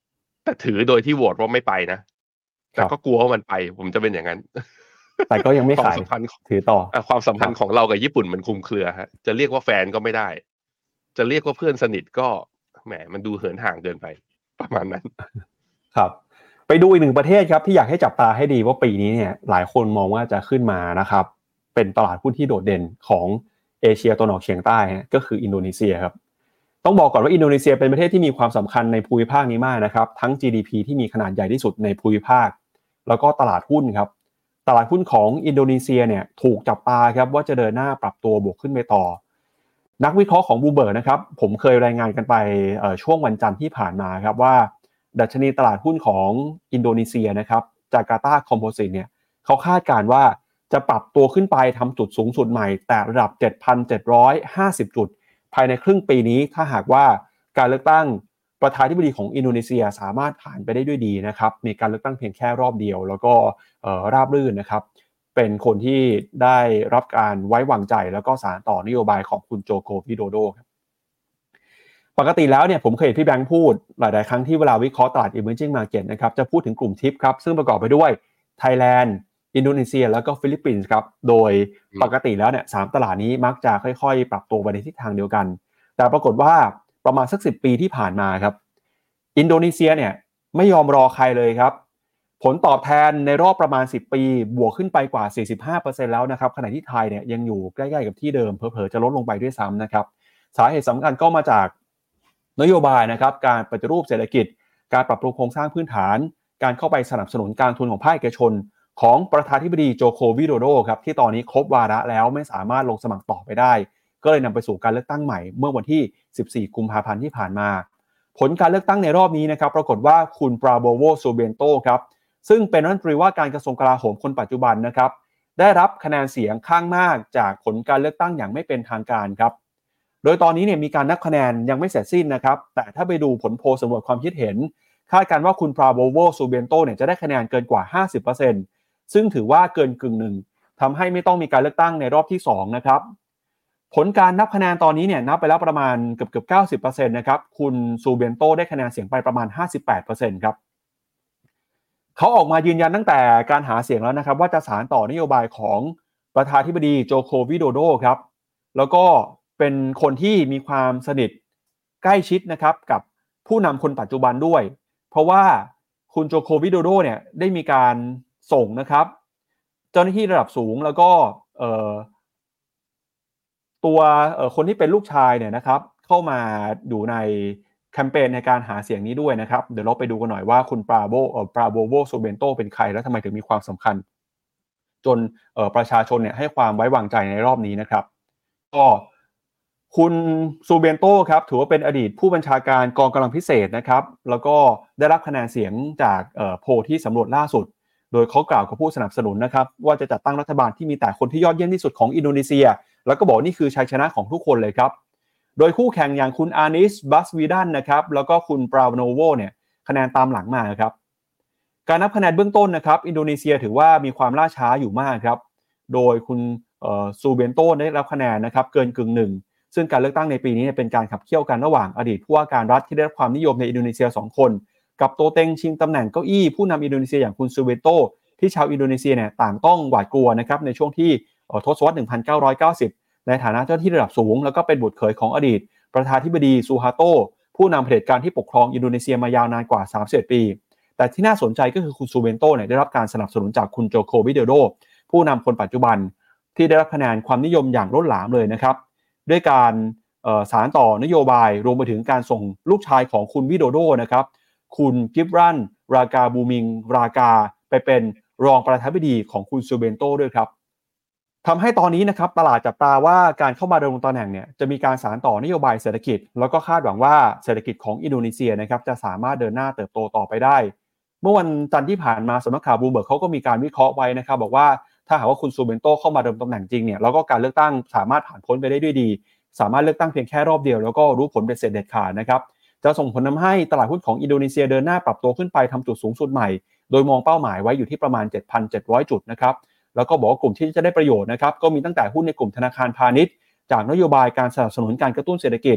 แต่ถือโดยที่โหวตว่าไม่ไปนะแต่ก็กลัวว่ามันไปผมจะเป็นอย่างนั้นแต่ก็ยังไม่ความขายสัมพันธ์ถือต่อความสัมพันธ์ของเรากับญี่ปุ่นมันคลุมเครือฮะจะเรียกว่าแฟนก็ไม่ได้จะเรียกว่าเพื่อนสนิทก็แหมมันดูเหินห่างเกินไปประมาณนั้นครับไปดูอีกหนึ่งประเทศครับที่อยากให้จับตาให้ดีว่าปีนี้เนี่ยหลายคนมองว่าจะขึ้นมานะครับเป็นตลาดหุ้นที่โดดเด่นของเอเชียตะวันออกเฉียงใต้ก็คืออินโดนีเซียครับต้องบอกก่อนว่าอินโดนีเซียเป็นประเทศที่มีความสำคัญในภูมิภาคนี้มากนะครับทั้ง จี ดี พี ที่มีขนาดใหญ่ที่สุดในภูมิภาคแล้วก็ตลาดหุ้นครับตลาดหุ้นของอินโดนีเซียเนี่ยถูกจับตาครับว่าจะเดินหน้าปรับตัวบวกขึ้นไปต่อนักวิเคราะห์ของบูเบิร์กนะครับผมเคยรายงานกันไปช่วงวันจันทร์ที่ผ่านมาครับว่าดัชนีตลาดหุ้นของอินโดนีเซียนะครับจาการ์ตาคอมโพสิตเนี่ยเขาคาดการณ์ว่าจะปรับตัวขึ้นไปทำจุดสูงสุดใหม่แต่ระดับ เจ็ดพันเจ็ดร้อยห้าสิบ จุดภายในครึ่งปีนี้ถ้าหากว่าการเลือกตั้งประธานาธิบดีของอินโดนีเซียสามารถผ่านไปได้ด้วยดีนะครับมีการเลือกตั้งเพียงแค่รอบเดียวแล้วก็ราบรื่นนะครับเป็นคนที่ได้รับการไว้วางใจแล้วก็สานต่อนโยบายของคุณโจโควิโดโดครับปกติแล้วเนี่ยผมเคยเห็นพี่แบงค์พูดหลายๆครั้งที่เวลาวิเคราะห์ตลาด Emerging Market นะครับจะพูดถึงกลุ่มทิปครับซึ่งประกอบไปด้วยไทยแลนด์อินโดนีเซียแล้วก็ฟิลิปปินส์ครับโดยปกติแล้วเนี่ยสามตลาดนี้มักจะค่อยๆปรับตัวไปในทิศทางเดียวกันแต่ปรากฏว่าประมาณสักสิบปีที่ผ่านมาครับอินโดนีเซียเนี่ยไม่ยอมรอใครเลยครับผลตอบแทนในรอบประมาณสิบปีบวกขึ้นไปกว่า สี่สิบห้าเปอร์เซ็นต์ แล้วนะครับขณะที่ไทยเนี่ยยังอยู่ใกล้ๆกับที่เดิมเผลอๆจะลดลงไปด้วยซ้ำนะครับสาเหตุสำคัญก็มาจากนโยบายนะครับการปฏิรูปเศรษฐกิจการปรับปรุงโครงสร้างพื้นฐานการเข้าไปสนับสนุนการทุนของภาคเอกชนของประธานาธิบดีโจโควิโดโดครับที่ตอนนี้ครบวาระแล้วไม่สามารถลงสมัครต่อไปได้ก็เลยนำไปสู่การเลือกตั้งใหม่เมื่อวันที่สิบสี่กุมภาพันธ์ที่ผ่านมาผลการเลือกตั้งในรอบนี้นะครับปรากฏว่าคุณปราโบโวซูเบนโตครับซึ่งเป็นรัฐมนตรีว่าการกระทรวงกลาโหมคนปัจจุบันนะครับได้รับคะแนนเสียงข้างมากจากผลการเลือกตั้งอย่างไม่เป็นทางการครับโดยตอนนี้เนี่ยมีการนับคะแนนยังไม่เสร็จสิ้นนะครับแต่ถ้าไปดูผลโพลสำรวจความคิดเห็นคาดการณ์ว่าคุณปราโบโวซูเบนโตเนี่ยจะได้คะแนนเกินกว่า ห้าสิบเปอร์เซ็นต์ ซึ่งถือว่าเกินกึ่งหนึ่งทำให้ไม่ต้องมีการเลือกตั้งในรอบที่สองนะครับผลการนับคะแนนตอนนี้เนี่ยนับไปแล้วประมาณเกือบๆ เก้าสิบเปอร์เซ็นต์ นะครับคุณซูเบนโตได้คะแนนเสียงไปประมาณ ห้าสิบแปดเปอร์เซ็นต์ ครับเขาออกมายืนยันตั้งแต่การหาเสียงแล้วนะครับว่าจะสานต่อนโยบายของประธานาธิบดีโจโควิโดโดครับแล้วก็เป็นคนที่มีความสนิทใกล้ชิดนะครับกับผู้นำคนปัจจุบันด้วยเพราะว่าคุณโจโควิโดโดเนี่ยได้มีการส่งนะครับเจ้าหน้าที่ระดับสูงแล้วก็เอ่อตัวเอ่อคนที่เป็นลูกชายเนี่ยนะครับเข้ามาอยู่ในแคมเปญในการหาเสียงนี้ด้วยนะครับเดี๋ยวเราไปดูกันหน่อยว่าคุณปราโบเอ่อปราโบโวซูเบนโตเป็นใครและทำไมถึงมีความสำคัญจนเอ่อประชาชนเนี่ยให้ความไว้วางใจในรอบนี้นะครับก็คุณซูเบนโตครับถือว่าเป็นอดีตผู้บัญชาการกองกำลังพิเศษนะครับแล้วก็ได้รับคะแนนเสียงจากเอ่อโพลที่สำรวจล่าสุดโดยเขากล่าวกับผู้สนับสนุนนะครับว่าจะจัดตั้งรัฐบาลที่มีแต่คนที่ยอดเยี่ยมที่สุดของอินโดนีเซียแล้วก็บอกนี่คือชัยชนะของทุกคนเลยครับโดยคู่แข่งอย่างคุณอานิสบัสวีดันนะครับแล้วก็คุณปราโนโวเนี่ยคะแนนตามหลังมาครับการนับคะแนนเบื้องต้นนะครับอินโดนีเซียถือว่ามีความล่าช้าอยู่มากครับโดยคุณซูเบนโตได้รับคะแนนนะครับเกินกึ่งหนึ่งซึ่งการเลือกตั้งในปีนี้เป็นการขับเคี่ยวกันระหว่างอดีตผู้ว่าการรัฐที่ได้รับความนิยมในอินโดนีเซียสองคนกับโตเต็งชิงตำแหน่งเก้าอี้ผู้นำอินโดนีเซียอย่างคุณซูเบนโตที่ชาวอินโดนีเซียเนี่ยต่างต้องหวาดกลัวนะครับในช่วงที่ทศวรรษหนึ่งพันเก้าร้อยเก้าสิบในฐานะเจ้าที่ระดับสูงแล้วก็เป็นบุตรเขยของอดีตประธานาธิบดีซูฮาโตผู้นำเผด็จการที่ปกครองอินโดนีเซียมายาวนานกว่าสามสิบเอ็ดปีแต่ที่น่าสนใจก็คือคุณซูเบนโตเนี่ยได้รับการสนับสนุนจากคุณโจโควิโดโดผู้นำคนปัจจุบันที่ได้รับคะแนนความนิยมอย่างล้นหลามเลยนะครับด้วยการสานต่อนโยบายรวมไปถึงการส่งลูกชายของคุณวิโดโดนะครับคุณกิฟรันรากาบูมิงรากาไปเป็นรองประธานาธิบดีของคุณซูเบนโตด้วยครับทำให้ตอนนี้นะครับตลาดจับตาว่าการเข้ามาดำรงตำแหน่งเนี่ยจะมีการสานต่อนโยบายเศรษฐกิจแล้วก็คาดหวังว่าเศรษฐกิจของอินโดนีเซียนะครับจะสามารถเดินหน้าเติบโตต่อไปได้เมื่อวันจันทร์ที่ผ่านมาสำนักข่าวบลูมเบิร์กเขาก็มีการวิเคราะห์ไว้นะครับบอกว่าถ้าหากว่าคุณซูเบนโตเข้ามาดำรงตำแหน่งจริงเนี่ยแล้วก็การเลือกตั้งสามารถผ่านพ้นไปได้ด้วยดีสามารถเลือกตั้งเพียงแค่รอบเดียวแล้วก็รู้ผลเด็ดเสร็จเด็ดขาดนะครับจะส่งผลทำให้ตลาดหุ้นของอินโดนีเซียเดินหน้าปรับตัวขึ้นไปทำจุดสูงสุดใหม่โดยมองเป้าหมายไว้อยู่ที่ประมาณ เจ็ดพันเจ็ดร้อย จุดนะครับแล้วก็บอกว่ากลุ่มที่จะได้ประโยชน์นะครับก็มีตั้งแต่หุ้นในกลุ่มธนาคารพาณิชย์จากนโยบายการสนับสนุนการกระตุ้นเศรษฐกิจ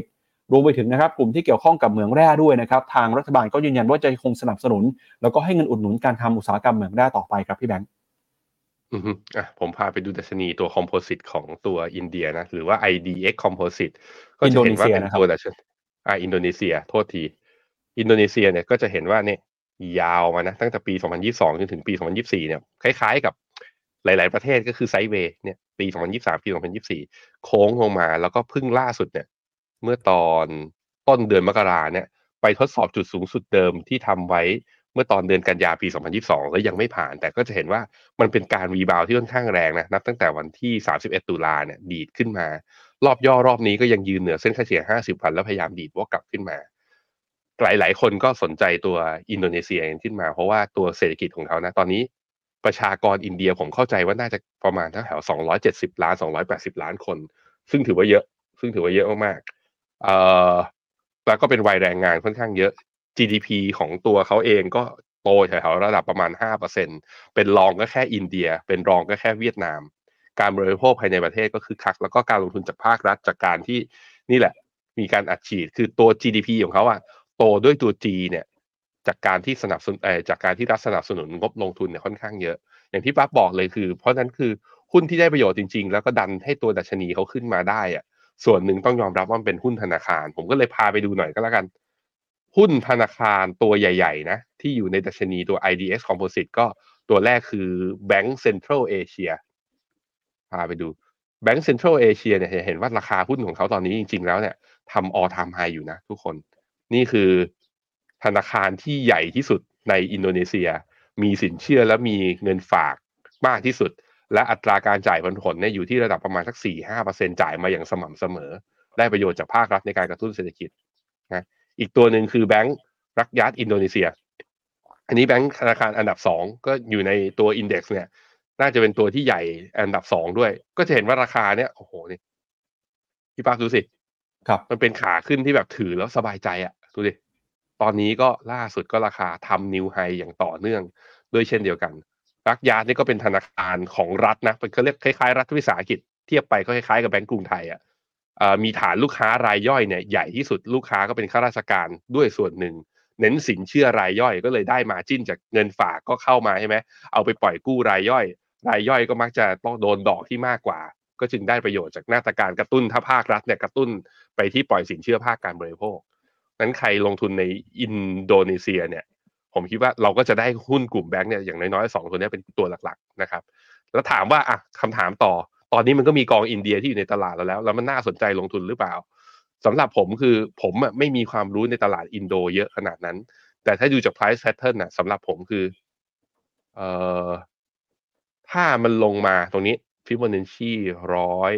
รวมไปถึงนะครับกลุ่มที่เกี่ยวข้องกับเหมืองแร่ด้วยนะครับทางรัฐบาลก็ยืนยันว่าจะคงสนับสนุนแล้วก็ให้เงินอุดหนุนการทำอุตสาหกรรมเหมืองแร่ต่อไปครับพี่แบงค์อือฮึอ่ะผมพาไปดูดัชนีตัวคอมโพสิตของตัวอินเดียนะหรือว่า ไอ ดี เอ็กซ์ Composite ก็จะเห็นว่าเป็นตัวดัชนีอ่าอินโดนีเซียโทษทีอินโดนีเซียเนี่ยก็จะเห็นว่าเนี่ยยาวมานะตั้งแต่ปีสองพันยี่สิบสองจนถึงปีสองพันยี่สิบสี่เนี่ยคล้ายๆกับหลายๆประเทศก็คือไซด์เวย์เนี่ยปีสองพันยี่สิบสามปีสองพันยี่สิบสี่โค้งลงมาแล้วก็เพิ่งล่าสุดเนี่ยเมื่อตอนต้นเดือนมกราเนี่ยไปทดสอบจุดสูงสุดเดิมที่ทำไว้เมื่อตอนเดือนกันยาปีสองพันยี่สิบสองก็ยังไม่ผ่านแต่ก็จะเห็นว่ามันเป็นการรีบาวที่ค่อนข้างแรงนะนับตั้งแต่วันที่สามสิบเอ็ดตุลาเนี่ยดีดขึ้นมารอบย่อรอบนี้ก็ยังยืนเหนือเส้นค่าเฉลี่ยห้าสิบวันแล้วพยายามดีดวกกลับขึ้นมาหลายๆคนก็สนใจตัวอินโดนีเซียขึ้นมาเพราะว่าตัวเศรษฐกิจของเขานะตอนนี้ประชากรอินเดียผมเข้าใจว่าน่าจะประมาณแถวๆสองร้อยเจ็ดสิบล้านสองร้อยแปดสิบล้านคนซึ่งถือว่าเยอะซึ่งถือว่าเยอะมากๆเอ่อแล้วก็เป็นวัยแรงงานค่อนข้างเยอะ จี ดี พี ของตัวเขาเองก็โตแถวๆระดับประมาณ ห้าเปอร์เซ็นต์ เป็นรองก็แค่อินเดียเป็นรองก็แค่เวียดนามการบริโภคภายในประเทศก็คือคักแล้วก็การลงทุนจากภาครัฐจากการที่นี่แหละมีการอัดฉีดคือตัว จี ดี พี ของเขาอะโตด้วยตัว G เนี่ยจากการที่สนับสนุนเอ่อจากการที่รัฐสนับสนุนงบลงทุนเนี่ยค่อนข้างเยอะอย่างที่ปั๊บบอกเลยคือเพราะนั้นคือหุ้นที่ได้ประโยชน์จริงๆแล้วก็ดันให้ตัวดัชนีเขาขึ้นมาได้อะส่วนหนึ่งต้องยอมรับว่ามันเป็นหุ้นธนาคารผมก็เลยพาไปดูหน่อยก็แล้วกันหุ้นธนาคารตัวใหญ่ๆนะที่อยู่ในดัชนีตัว ไอ ดี เอ็กซ์ Composite ก็ตัวแรกคือ Bank Central Asia พาไปดู Bank Central Asia เนี่ยเห็นว่าราคาหุ้นของเขาตอนนี้จริงๆแล้วเนี่ยทำ all time high อยู่นะทุกคนนี่คือธนาคารที่ใหญ่ที่สุดในอินโดนีเซียมีสินเชื่อและมีเงินฝากมากที่สุดและอัตราการจ่ายผลผลเนี่ยอยู่ที่ระดับประมาณสัก สี่ถึงห้าเปอร์เซ็นต์ จ่ายมาอย่างสม่ำเสมอได้ประโยชน์จากภาครัฐในการกระตุ้นเศรษฐกิจนะอีกตัวหนึ่งคือแบงก์รักยัตอินโดนีเซียอันนี้แบงก์ธนาคารอันดับสองก็อยู่ในตัวอินเด็กซ์เนี่ยน่าจะเป็นตัวที่ใหญ่อันดับสองด้วยก็จะเห็นว่าราคาเนี่ยโอ้โหนี่พี่ปาดูสิครับมันเป็นขาขึ้นที่แบบถือแล้วสบายใจอ่ะดูดิตอนนี้ก็ล่าสุดก็ราคาทำนิวไฮอย่างต่อเนื่องด้วยเช่นเดียวกันรักยานี่ก็เป็นธนาคารของรัฐนะเป็นเขาเรียกคล้ายๆรัฐวิสาหกิจเทียบไปก็คล้ายๆกับแบงก์กรุงไทยอ่ะมีฐานลูกค้ารายย่อยเนี่ยใหญ่ที่สุดลูกค้าก็เป็นข้าราชการด้วยส่วนหนึ่งเน้นสินเชื่อรายย่อยก็เลยได้มาจิ้นจากเงินฝากก็เข้ามาใช่ไหมเอาไปปล่อยกู้รายย่อยรายย่อยก็มักจะต้องโดนดอกที่มากกว่าก็จึงได้ประโยชน์จากมาตรการกระตุ้นถ้าภาครัฐเนี่ยกระตุ้นไปที่ปล่อยสินเชื่อภาคการบริโภคนั้นใครลงทุนในอินโดนีเซียเนี่ยผมคิดว่าเราก็จะได้หุ้นกลุ่มแบงก์เนี่ยอย่างน้อยๆสองตัวนี้เป็นตัวหลักๆนะครับแล้วถามว่าอ่ะคำถามต่อตอนนี้มันก็มีกองอินเดียที่อยู่ในตลาดแล้วแล้วมันน่าสนใจลงทุนหรือเปล่าสำหรับผมคือผมอ่ะไม่มีความรู้ในตลาดอินโดเยอะขนาดนั้นแต่ถ้าดูจาก price pattern น่ะสำหรับผมคือเอ่อถ้ามันลงมาตรงนี้ Fibonacci ร้อย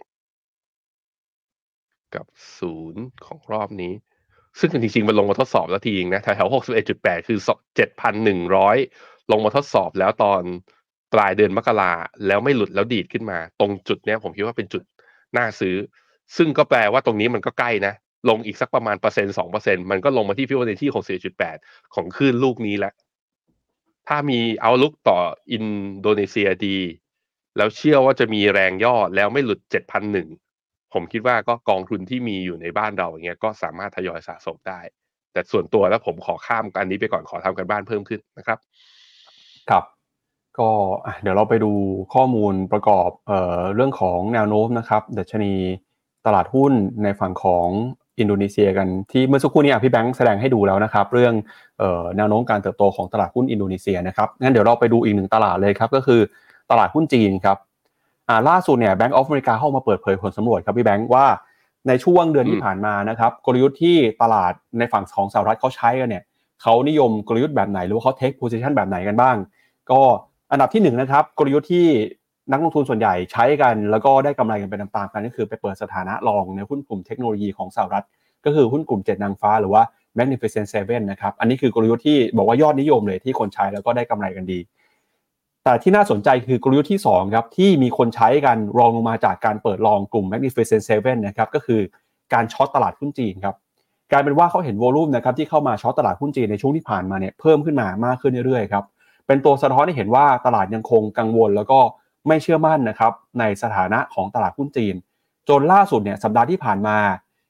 กับศูนย์ของรอบนี้ซึ่งจริงๆมันลงมาทดสอบแล้วทีเองนะแถวๆ หกสิบเอ็ดจุดแปด คือ เจ็ดพันหนึ่งร้อย ลงมาทดสอบแล้วตอนปลายเดือนมกราแล้วไม่หลุดแล้วดีดขึ้นมาตรงจุดเนี้ยผมคิดว่าเป็นจุดน่าซื้อซึ่งก็แปลว่าตรงนี้มันก็ใกล้นะลงอีกสักประมาณเปอร์เซ็นต์ สองเปอร์เซ็นต์ มันก็ลงมาที่ Fibonacci หกสิบเอ็ดจุดแปด ของคลื่นลูกนี้แล้วถ้ามี outlook ต่ออินโดนีเซียดีแล้วเชื่อว่าจะมีแรงย่อแล้วไม่หลุด เจ็ดพันหนึ่งร้อยผมคิดว่าก็กองทุนที่มีอยู่ในบ้านเราอย่างเงี้ยก็สามารถทยอยสะสมได้แต่ส่วนตัวแล้วผมขอข้ามอันนี้ไปก่อนขอทำกันบ้านเพิ่มขึ้นนะครับครับก็เดี๋ยวเราไปดูข้อมูลประกอบเอ่อเรื่องของแนวโน้มนะครับดัชนีตลาดหุ้นในฝั่งของอินโดนีเซียกันที่เมื่อสักครู่นี้พี่แบงค์แสดงให้ดูแล้วนะครับเรื่องเอ่อแนวโน้มการเติบโตของตลาดหุ้นอินโดนีเซียนะครับงั้นเดี๋ยวเราไปดูอีกหนึ่งตลาดเลยครับก็คือตลาดหุ้นจีนครับอ่าล่าสุดเนี่ย Bank of America เข้ามาเปิดเผยผลสำรวจครับพี่แบงค์ว่าในช่วงเดือนที่ผ่านมานะครับกลยุทธ์ที่ตลาดในฝั่งของสหรัฐเขาใช้กันเนี่ยเขานิยมกลยุทธ์แบบไหนหรือว่าเขา take position แบบไหนกันบ้างก็อันดับที่หนึ่งนะครับกลยุทธ์ที่นักลงทุนส่วนใหญ่ใช้กันแล้วก็ได้กำไรกันเป็นตามๆกันก็คือไปเปิดสถานะรองในหุ้นกลุ่มเทคโนโลยีของสหรัฐก็คือหุ้นกลุ่มเจ็ดนางฟ้าหรือว่า Magnificent Seven นะครับอันนี้คือกลยุทธ์ที่บอกว่ายอดนิยมเลยที่คนใช้แล้วก็ได้กำไรกันดีแต่ที่น่าสนใจคือกลยุทธ์ที่สองครับที่มีคนใช้กันรองลงมาจากการเปิดรองกลุ่ม Magnificent Seven นะครับก็คือการช็อตตลาดหุ้นจีนครับกลายเป็นว่าเขาเห็นโวลุ่มนะครับที่เข้ามาช็อตตลาดหุ้นจีนในช่วงที่ผ่านมาเนี่ยเพิ่มขึ้นมามากขึ้นเรื่อยๆครับเป็นตัวสะท้อนให้เห็นว่าตลาดยังคงกังวลแล้วก็ไม่เชื่อมั่นนะครับในสถานะของตลาดหุ้นจีนจนล่าสุดเนี่ยสัปดาห์ที่ผ่านมา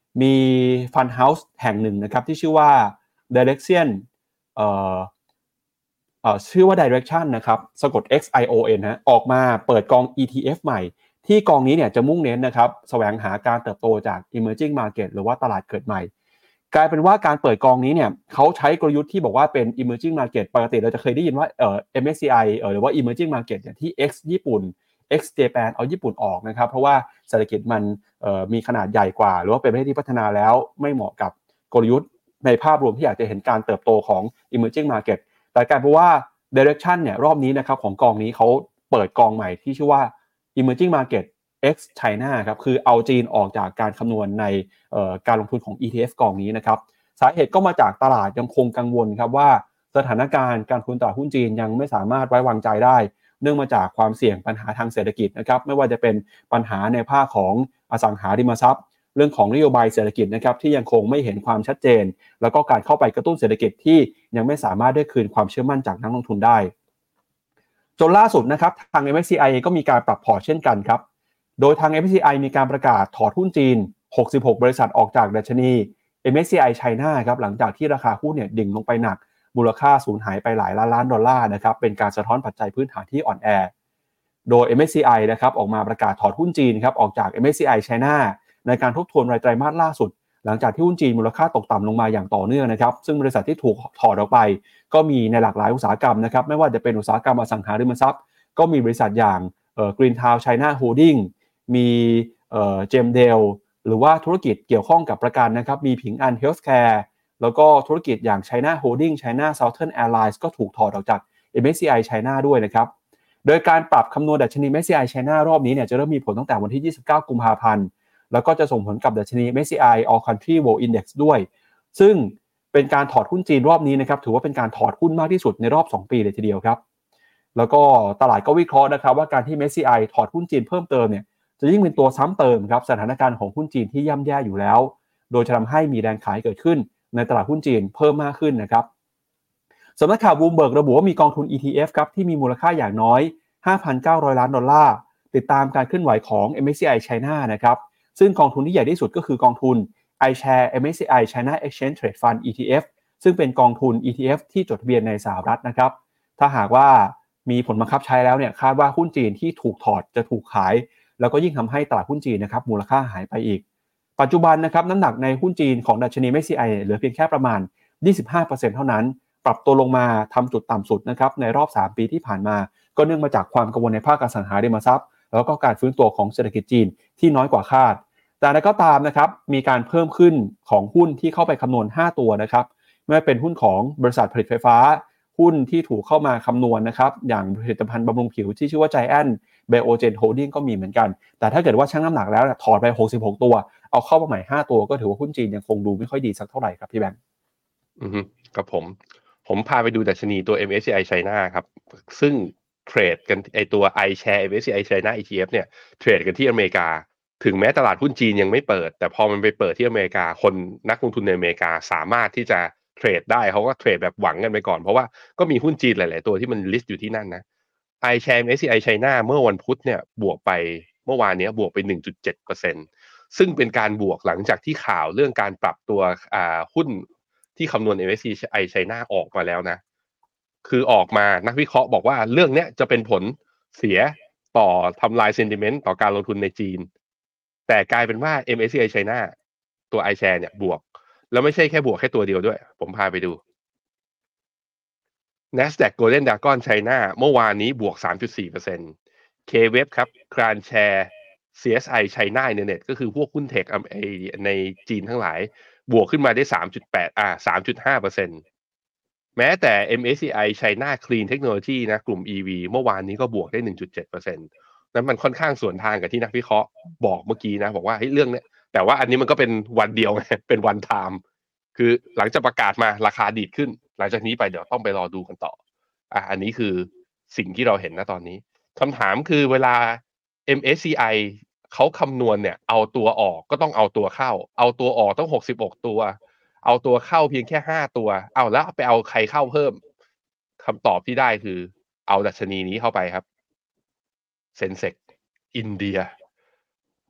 มีฟันเฮาส์แห่งหนึ่งนะครับที่ชื่อว่า Direction เอ่อเอ่อชื่อว่า Direction นะครับสะกด X I O N ฮะออกมาเปิดกอง อี ที เอฟ ใหม่ที่กองนี้เนี่ยจะมุ่งเน้นนะครับแสวงหาการเติบโตจาก Emerging Market หรือว่าตลาดเกิดใหม่กลายเป็นว่าการเปิดกองนี้เนี่ยเขาใช้กลยุทธ์ที่บอกว่าเป็น Emerging Market ปกติเราจะเคยได้ยินว่าเอ่อ เอ็ม เอส ซี ไอ เอ่อหรือว่า Emerging Market เนี่ยที่ X ญี่ปุ่น X Japan เอาญี่ปุ่นออกนะครับเพราะว่าเศรษฐกิจมันเอ่อมีขนาดใหญ่กว่าหรือว่าเป็นประเทศที่พัฒนาแล้วไม่เหมาะกับกลยุทธ์ในภาพรวมที่อยากจะเห็นการเติบโตของ Emerging Market แต่กลายเป็นว่า Direction เนี่ยรอบนี้นะครับของกองนี้เขาเปิดกองใหม่ที่ชื่อว่า Emerging Market X China ครับคือเอาจีนออกจากการคำนวณในเอ่อการลงทุนของ อี ที เอฟ กองนี้นะครับสาเหตุก็มาจากตลาดยังคงกังวลครับว่าสถานการณ์การลงทุนตลาดหุ้นจีนยังไม่สามารถไว้วางใจได้เนื่องมาจากความเสี่ยงปัญหาทางเศรษฐกิจนะครับไม่ว่าจะเป็นปัญหาในภาคของอสังหาริมทรัพย์เรื่องของนโยบายเศรษฐกิจนะครับที่ยังคงไม่เห็นความชัดเจนแล้วก็การเข้าไปกระตุ้นเศรษฐกิจที่ยังไม่สามารถได้คืนความเชื่อมั่นจากนักลงทุนได้จนล่าสุดนะครับทาง เอ็ม เอส ซี ไอ ก็มีการปรับพอร์ตเช่นกันครับโดยทาง เอ็ม เอส ซี ไอ มีการประกาศถอดหุ้นจีนหกสิบหกบริษัทออกจากดัชนี เอ็ม เอส ซี ไอ China ครับหลังจากที่ราคาหุ้นเนี่ยดิ่งลงไปหนักมูลค่าสูญหายไปหลายล้านล้านดอลลาร์นะครับเป็นการสะท้อนปัจจัยพื้นฐานที่อ่อนแอโดย เอ็ม เอส ซี ไอ นะครับออกมาประกาศถอดหุ้นจีนครับออกจาก เอ็ม เอส ซี ไอ China ในการทบทวนรายไตรมาสล่าสุดหลังจากที่หุ้นจีนมูลค่าตกต่ำลงมาอย่างต่อเนื่องนะครับซึ่งบริษัทที่ถูกถอดออกไปก็มีในหลากหลายอุตสาหกรรมนะครับไม่ว่าจะเป็นอุตสาหกรรมอสังหาริมทรัพย์ก็มีบริษัทอย่างเอ่อ Green Town China Holding มีเอ่อ Gemdale หรือว่าธุรกิจเกี่ยวข้องกับประกันนะครับมีผิงอัน Healthcare แล้วก็ธุรกิจอย่าง China Holding China Southern Airlines ก็ถูกถอดออกจาก เอ็ม เอส ซี ไอ China ด้วยนะครับโดยการปรับคำนวณดัชนี เอ็ม เอส ซี ไอ China รอบนี้เนี่ยจะเริ่มมีผลตั้งแต่วันที่ยี่สิบเก้ากุมภาพันธ์แล้วก็จะส่งผลกับดัชนี เอ็ม เอส ซี ไอ All Country World Index ด้วยซึ่งเป็นการถอดหุ้นจีนรอบนี้นะครับถือว่าเป็นการถอดหุ้นมากที่สุดในรอบสองปีเลยทีเดียวครับแล้วก็ตลาดก็วิเคราะห์นะครับว่าการที่ เอ็ม เอส ซี ไอ ถอดหุ้นจีนเพิ่มเติมเนี่ยจะยิ่งเป็นตัวซ้ำเติมครับสถานการณ์ของหุ้นจีนที่ย่ำแย่อยู่แล้วโดยจะทำให้มีแรงขายเกิดขึ้นในตลาดหุ้นจีนเพิ่มมากขึ้นนะครับสำนักข่าว Bloomberg ระบุว่ามีกองทุน อี ที เอฟ ครับที่มีมูลค่าอย่างน้อย ห้าพันเก้าร้อย ล้านดอลลาร์ติดตามการเคลื่อนไหวของ เอ็ม เอส ซี ไอ China นะครับซึ่งกองทุนที่ใหญ่ที่สุดก็คือกองทุน iShare เอ็ม เอส ซี ไอ China Exchange Trade Fund อี ที เอฟ ซึ่งเป็นกองทุน อี ที เอฟ ที่จดทะเบียนในสหรัฐนะครับถ้าหากว่ามีผลบังคับใช้แล้วเนี่ยคาดว่าหุ้นจีนที่ถูกถอดจะถูกขายแล้วก็ยิ่งทำให้ตลาดหุ้นจีนนะครับมูลค่าหายไปอีกปัจจุบันนะครับน้ำหนักในหุ้นจีนของดัชนี เอ็ม เอส ซี ไอ เหลือเพียงแค่ประมาณ ยี่สิบห้าเปอร์เซ็นต์ เท่านั้นปรับตัวลงมาทำจุดต่ำสุดนะครับในรอบสามปีที่ผ่านมาก็เนื่องมาจากความกังวลในภาคอสังหาริมทรัพย์แล้วก็การฟื้นตัวของเศรษฐกิจจีนที่น้อยกว่าคาดแต่อะไรก็ตามนะครับมีการเพิ่มขึ้นของหุ้นที่เข้าไปคำนวณห้าตัวนะครับไม่ว่าเป็นหุ้นของบริษัทผลิตไฟฟ้าหุ้นที่ถูกเข้ามาคำนวณนะครับอย่างผลิตภัณฑ์บำรุงผิวที่ชื่อว่า Giant Biogen Holding ก็มีเหมือนกันแต่ถ้าเกิดว่าชั่งน้ำหนักแล้วถอดไปหกสิบหกตัวเอาเข้ามาใหม่ห้าตัวก็ถือว่าหุ้นจีนยังคงดูไม่ค่อยดีสักเท่าไหร่ครับพี่แบงค์อือฮึครับผมผมพาไปดูดัชนีตัว เอ็ม เอส ซี ไอ China ครับซึ่งเทรดกันไอตัว iShare เอ็ม เอส ซี ไอ China อี ที เอฟ เนี่ยเทรดกันที่อเมริกาถึงแม้ตลาดหุ้นจีนยังไม่เปิดแต่พอมันไปเปิดที่อเมริกาคนนักลงทุนในอเมริกาสามารถที่จะเทรดได้เขาก็เทรดแบบหวังกันไปก่อนเพราะว่าก็มีหุ้นจีนหลายๆตัวที่มันลิสต์อยู่ที่นั่นนะ iShare เอ็ม เอส ซี ไอ China เมื่อวันพุธเนี่ยบวกไปเมื่อวานนี้บวกไป หนึ่งจุดเจ็ดเปอร์เซ็นต์ ซึ่งเป็นการบวกหลังจากที่ข่าวเรื่องการปรับตัวอ่าหุ้นที่คำนวณ เอ็ม เอส ซี ไอ China ออกมาแล้วนะคือออกมานักวิเคราะห์บอกว่าเรื่องนี้จะเป็นผลเสียต่อทำลาย sentiment ต่อการลงทุนในจีนแต่กลายเป็นว่า เอ็ม เอส ซี ไอ China ตัว iShare เนี่ยบวกแล้วไม่ใช่แค่บวกแค่ตัวเดียวด้วยผมพาไปดู Nasdaq Golden Dragon China เมื่อวานนี้บวก สามจุดสี่เปอร์เซ็นต์ K-Web ครับ Crunchshare ซี เอส ไอ China Internet ก็คือพวกหุ้นเทคในจีนทั้งหลายบวกขึ้นมาได้ สามจุดแปด อ่า สามจุดห้าเปอร์เซ็นต์ แม้แต่ เอ็ม เอส ซี ไอ China Clean Technology นะกลุ่ม อี วี เมื่อวานนี้ก็บวกได้ หนึ่งจุดเจ็ดเปอร์เซ็นต์ นั้นมันค่อนข้างสวนทางกับที่นักวิเคราะห์บอกเมื่อกี้นะบอกว่าเฮ้ยเรื่องเนี้ยแต่ว่าอันนี้มันก็เป็นวันเดียวไงเป็น one time คือหลังจากประกาศมาราคาดีดขึ้นหลังจากนี้ไปเดี๋ยวต้องไปรอดูกันต่ออ่ะอันนี้คือสิ่งที่เราเห็นณตอนนี้คำถามคือเวลา เอ็ม เอส ซี ไอ เขาคำนวณเนี่ยเอาตัวออกก็ต้องเอาตัวเข้าเอาตัวออกต้องหกสิบหกตัวเอาตัวเข้าเพียงแค่ห้าตัวเอาแล้วไปเอาใครเข้าเพิ่มคำตอบที่ได้คือเอาดัชนีนี้เข้าไปครับเซ็นเซกอินเดีย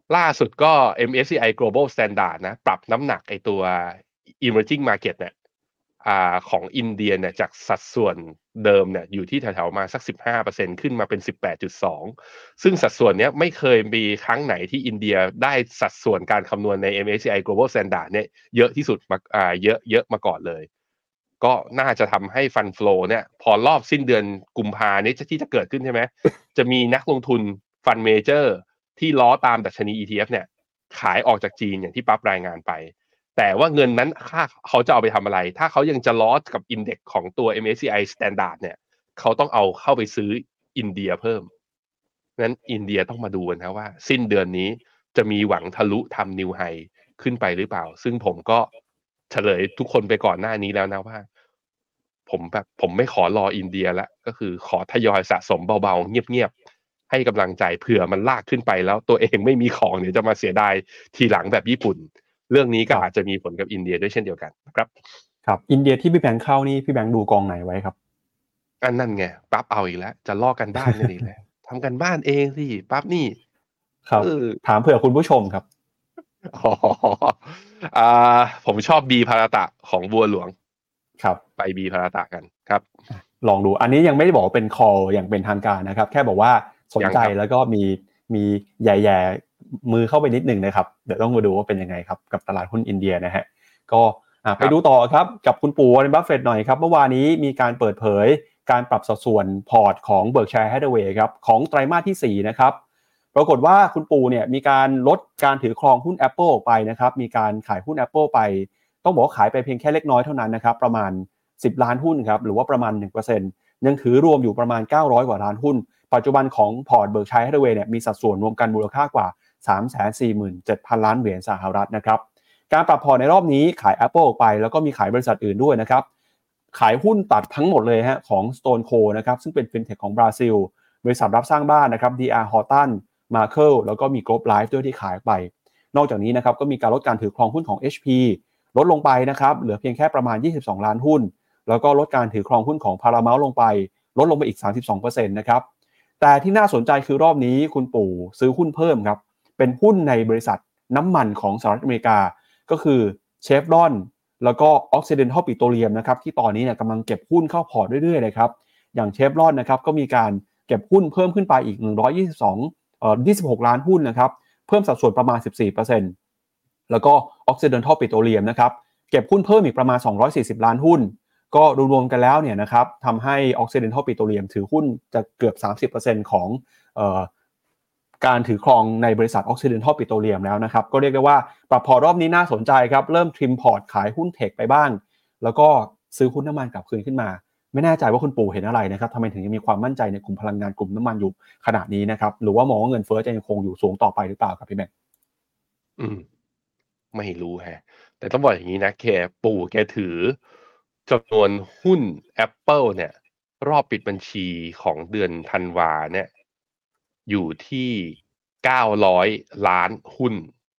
ล่าสุดก็ เอ็ม เอส ซี ไอ Global Standard นะปรับน้ำหนักไอตัว Emerging Market เนี่ยอ่าของอินเดียเนี่ยจากสัดส่วนเดิมเนี่ยอยู่ที่แถวๆมาสัก สิบห้าเปอร์เซ็นต์ ขึ้นมาเป็น สิบแปดจุดสอง ซึ่งสัดส่วนเนี้ยไม่เคยมีครั้งไหนที่อินเดียได้สัดส่วนการคำนวณใน เอ็ม เอส ซี ไอ Global Standard เนี่ยเยอะที่สุดมาอ่าเยอะเยอะมาก่อนเลยก็น่าจะทำให้ฟันโฟลเนี่ยพอรอบสิ้นเดือนกุมภานี้ที่จะเกิดขึ้นใช่ไหม จะมีนักลงทุนฟันเมเจอร์ที่ล้อตามดัชนี อี ที เอฟ เนี่ยขายออกจากจีนอย่างที่ปั๊บรายงานไปแต่ว่าเงินนั้นค่าเขาจะเอาไปทำอะไรถ้าเขายังจะล้อกับอินเด็กซ์ของตัว เอ็ม เอส ซี ไอ Standard เนี่ยเขาต้องเอาเข้าไปซื้ออินเดียเพิ่มนั้นอินเดียต้องมาดูกันนะว่าสิ้นเดือนนี้จะมีหวังทะลุทำนิวไฮขึ้นไปหรือเปล่าซึ่งผมก็เฉลยทุกคนไปก่อนหน้านี้แล้วนะว่าผมแบบผมไม่ขอรออินเดียแล้วก็คือขอทยอยสะสมเบาๆเงียบๆให้กำลังใจเผื่อมันลากขึ้นไปแล้วตัวเองไม่มีของเดี๋ยวจะมาเสียดายทีหลังแบบญี่ปุ่นเรื่องนี้ก็อาจจะมีผลกับอินเดียด้วยเช่นเดียวกันนะครับครับอินเดียที่พี่แบงค์เข้านี่พี่แบงค์ดูกองไหนไว้ครับอันนั่นไงปั๊บเอาอีกแล้วจะลอกกันบ้านกันอีกแล้วทำกันบ้านเองสิปั๊บนี่ครับเออถามเผื่อคุณผู้ชมครับอ๋ออ่าผมชอบบีพาราตะของบัวหลวงครับไปบีพาราตะกันครับลองดูอันนี้ยังไม่ได้บอกว่าเป็น call อย่างเป็นทางการนะครับแค่บอกว่าสนใจแล้วก็มีมีแย่ๆมือเข้าไปนิดนึงนะครับเดี๋ยวต้องมาดูว่าเป็นยังไงครับกับตลาดหุ้นอินเดียนะฮะก็ไปดูต่อครับกับคุณปู่วอร์เรน บัฟเฟตต์หน่อยครับเมื่อวานนี้มีการเปิดเผยการปรับสัดส่วนพอร์ตของ Berkshire Hathaway ครับของไตรมาสที่สี่นะครับปรากฏว่าคุณปู่เนี่ยมีการลดการถือครองหุ้น Apple ออกไปนะครับมีการขายหุ้น Apple ไปต้องบอกว่าขายไปเพียงแค่เล็กน้อยเท่านั้นนะครับประมาณสิบล้านหุ้นครับหรือว่าประมาณ หนึ่งเปอร์เซ็นต์ ยังถือรวมอยู่ประมาณเก้าร้อยกว่าล้านหุ้นปัจจุบันของพอร์ต Berkshire Hathaway เนี่ยมีสัดส่วนรวมกันมูลค่ากว่า สามแสนสี่หมื่นเจ็ดพัน ล้านเหรียญสหรัฐนะครับการปรับพอร์ตในรอบนี้ขาย Apple ออกไปแล้วก็มีขายบริษัทอื่นด้วยนะครับขายหุ้นตัดทั้งหมดเลยฮะของ StoneCo นะครับซึ่งเป็น FinTech ของบราซิลบริษัทรับสร้างบ้านนะครับ ดี อาร์ Horton Markel แล้วก็มี Globe Life ด้วยที่ขายไปนอกจากนี้นะครับก็มีการลดการถือครองหุ้นของ เอช พี ลดลงไปนะครับเหลือเพียงแค่ประมาณยี่สิบสองล้านหุ้นแล้วก็ลดการถือครองหุ้นของ Paramount ลงไปลดลงไปอีก สามสิบสองเปอร์เซ็นต์ นะครับแต่ที่น่าสนใจคือรอบนี้คุณปู่ซื้อหุ้นเพิ่มครับเป็นหุ้นในบริษัทน้ำมันของสหรัฐอเมริกาก็คือเชฟรอนแล้วก็ Occidental Petroleum นะครับที่ตอนนี้เนี่ยกำลังเก็บหุ้นเข้าพอร์ตเรื่อยๆเลยครับอย่างเชฟรอนนะครับก็มีการเก็บหุ้นเพิ่มขึ้นไปอีกหนึ่งร้อยยี่สิบสองเอ่อยี่สิบหกล้านหุ้นนะครับเพิ่มสัดส่วนประมาณ สิบสี่เปอร์เซ็นต์ แล้วก็ Occidental Petroleum นะครับเก็บหุ้นเพิ่มอีกประมาณสองร้อยสี่สิบล้านหุ้นก็รวมๆกันแล้วเนี่ยนะครับทำให้ Occidental Petroleum ถือหุ้นจะเกือบ สามสิบเปอร์เซ็นต์ ของเอ่อการถือครองในบริษัท Occidental Petroleum แล้วนะครับก็เรียกได้ว่าปรับพอร์ตรอบนี้น่าสนใจครับเริ่มทริมพอร์ตขายหุ้นเทคไปบ้างแล้วก็ซื้อหุ้นน้ำมันกลับคืนขึ้นมาไม่แน่ใจว่าคุณปู่เห็นอะไรนะครับทำไมถึงยังมีความมั่นใจในกลุ่มพลังงานกลุ่มน้ำมันอยู่ขนาดนี้นะครับหรือว่ามองว่าเงินเฟ้อจะยังคงอยู่สูงต่อไปหรือเปล่าครับพี่แบงค์อืมไม่รู้แฮะแต่ต้องบอกอย่างนี้นะแกปู่แกถือจำนวนหุ้น Apple เนี่ยรอบปิดบัญชีของเดือนธันวาเนี่ยอยู่ที่เก้าร้อยล้านหุ้น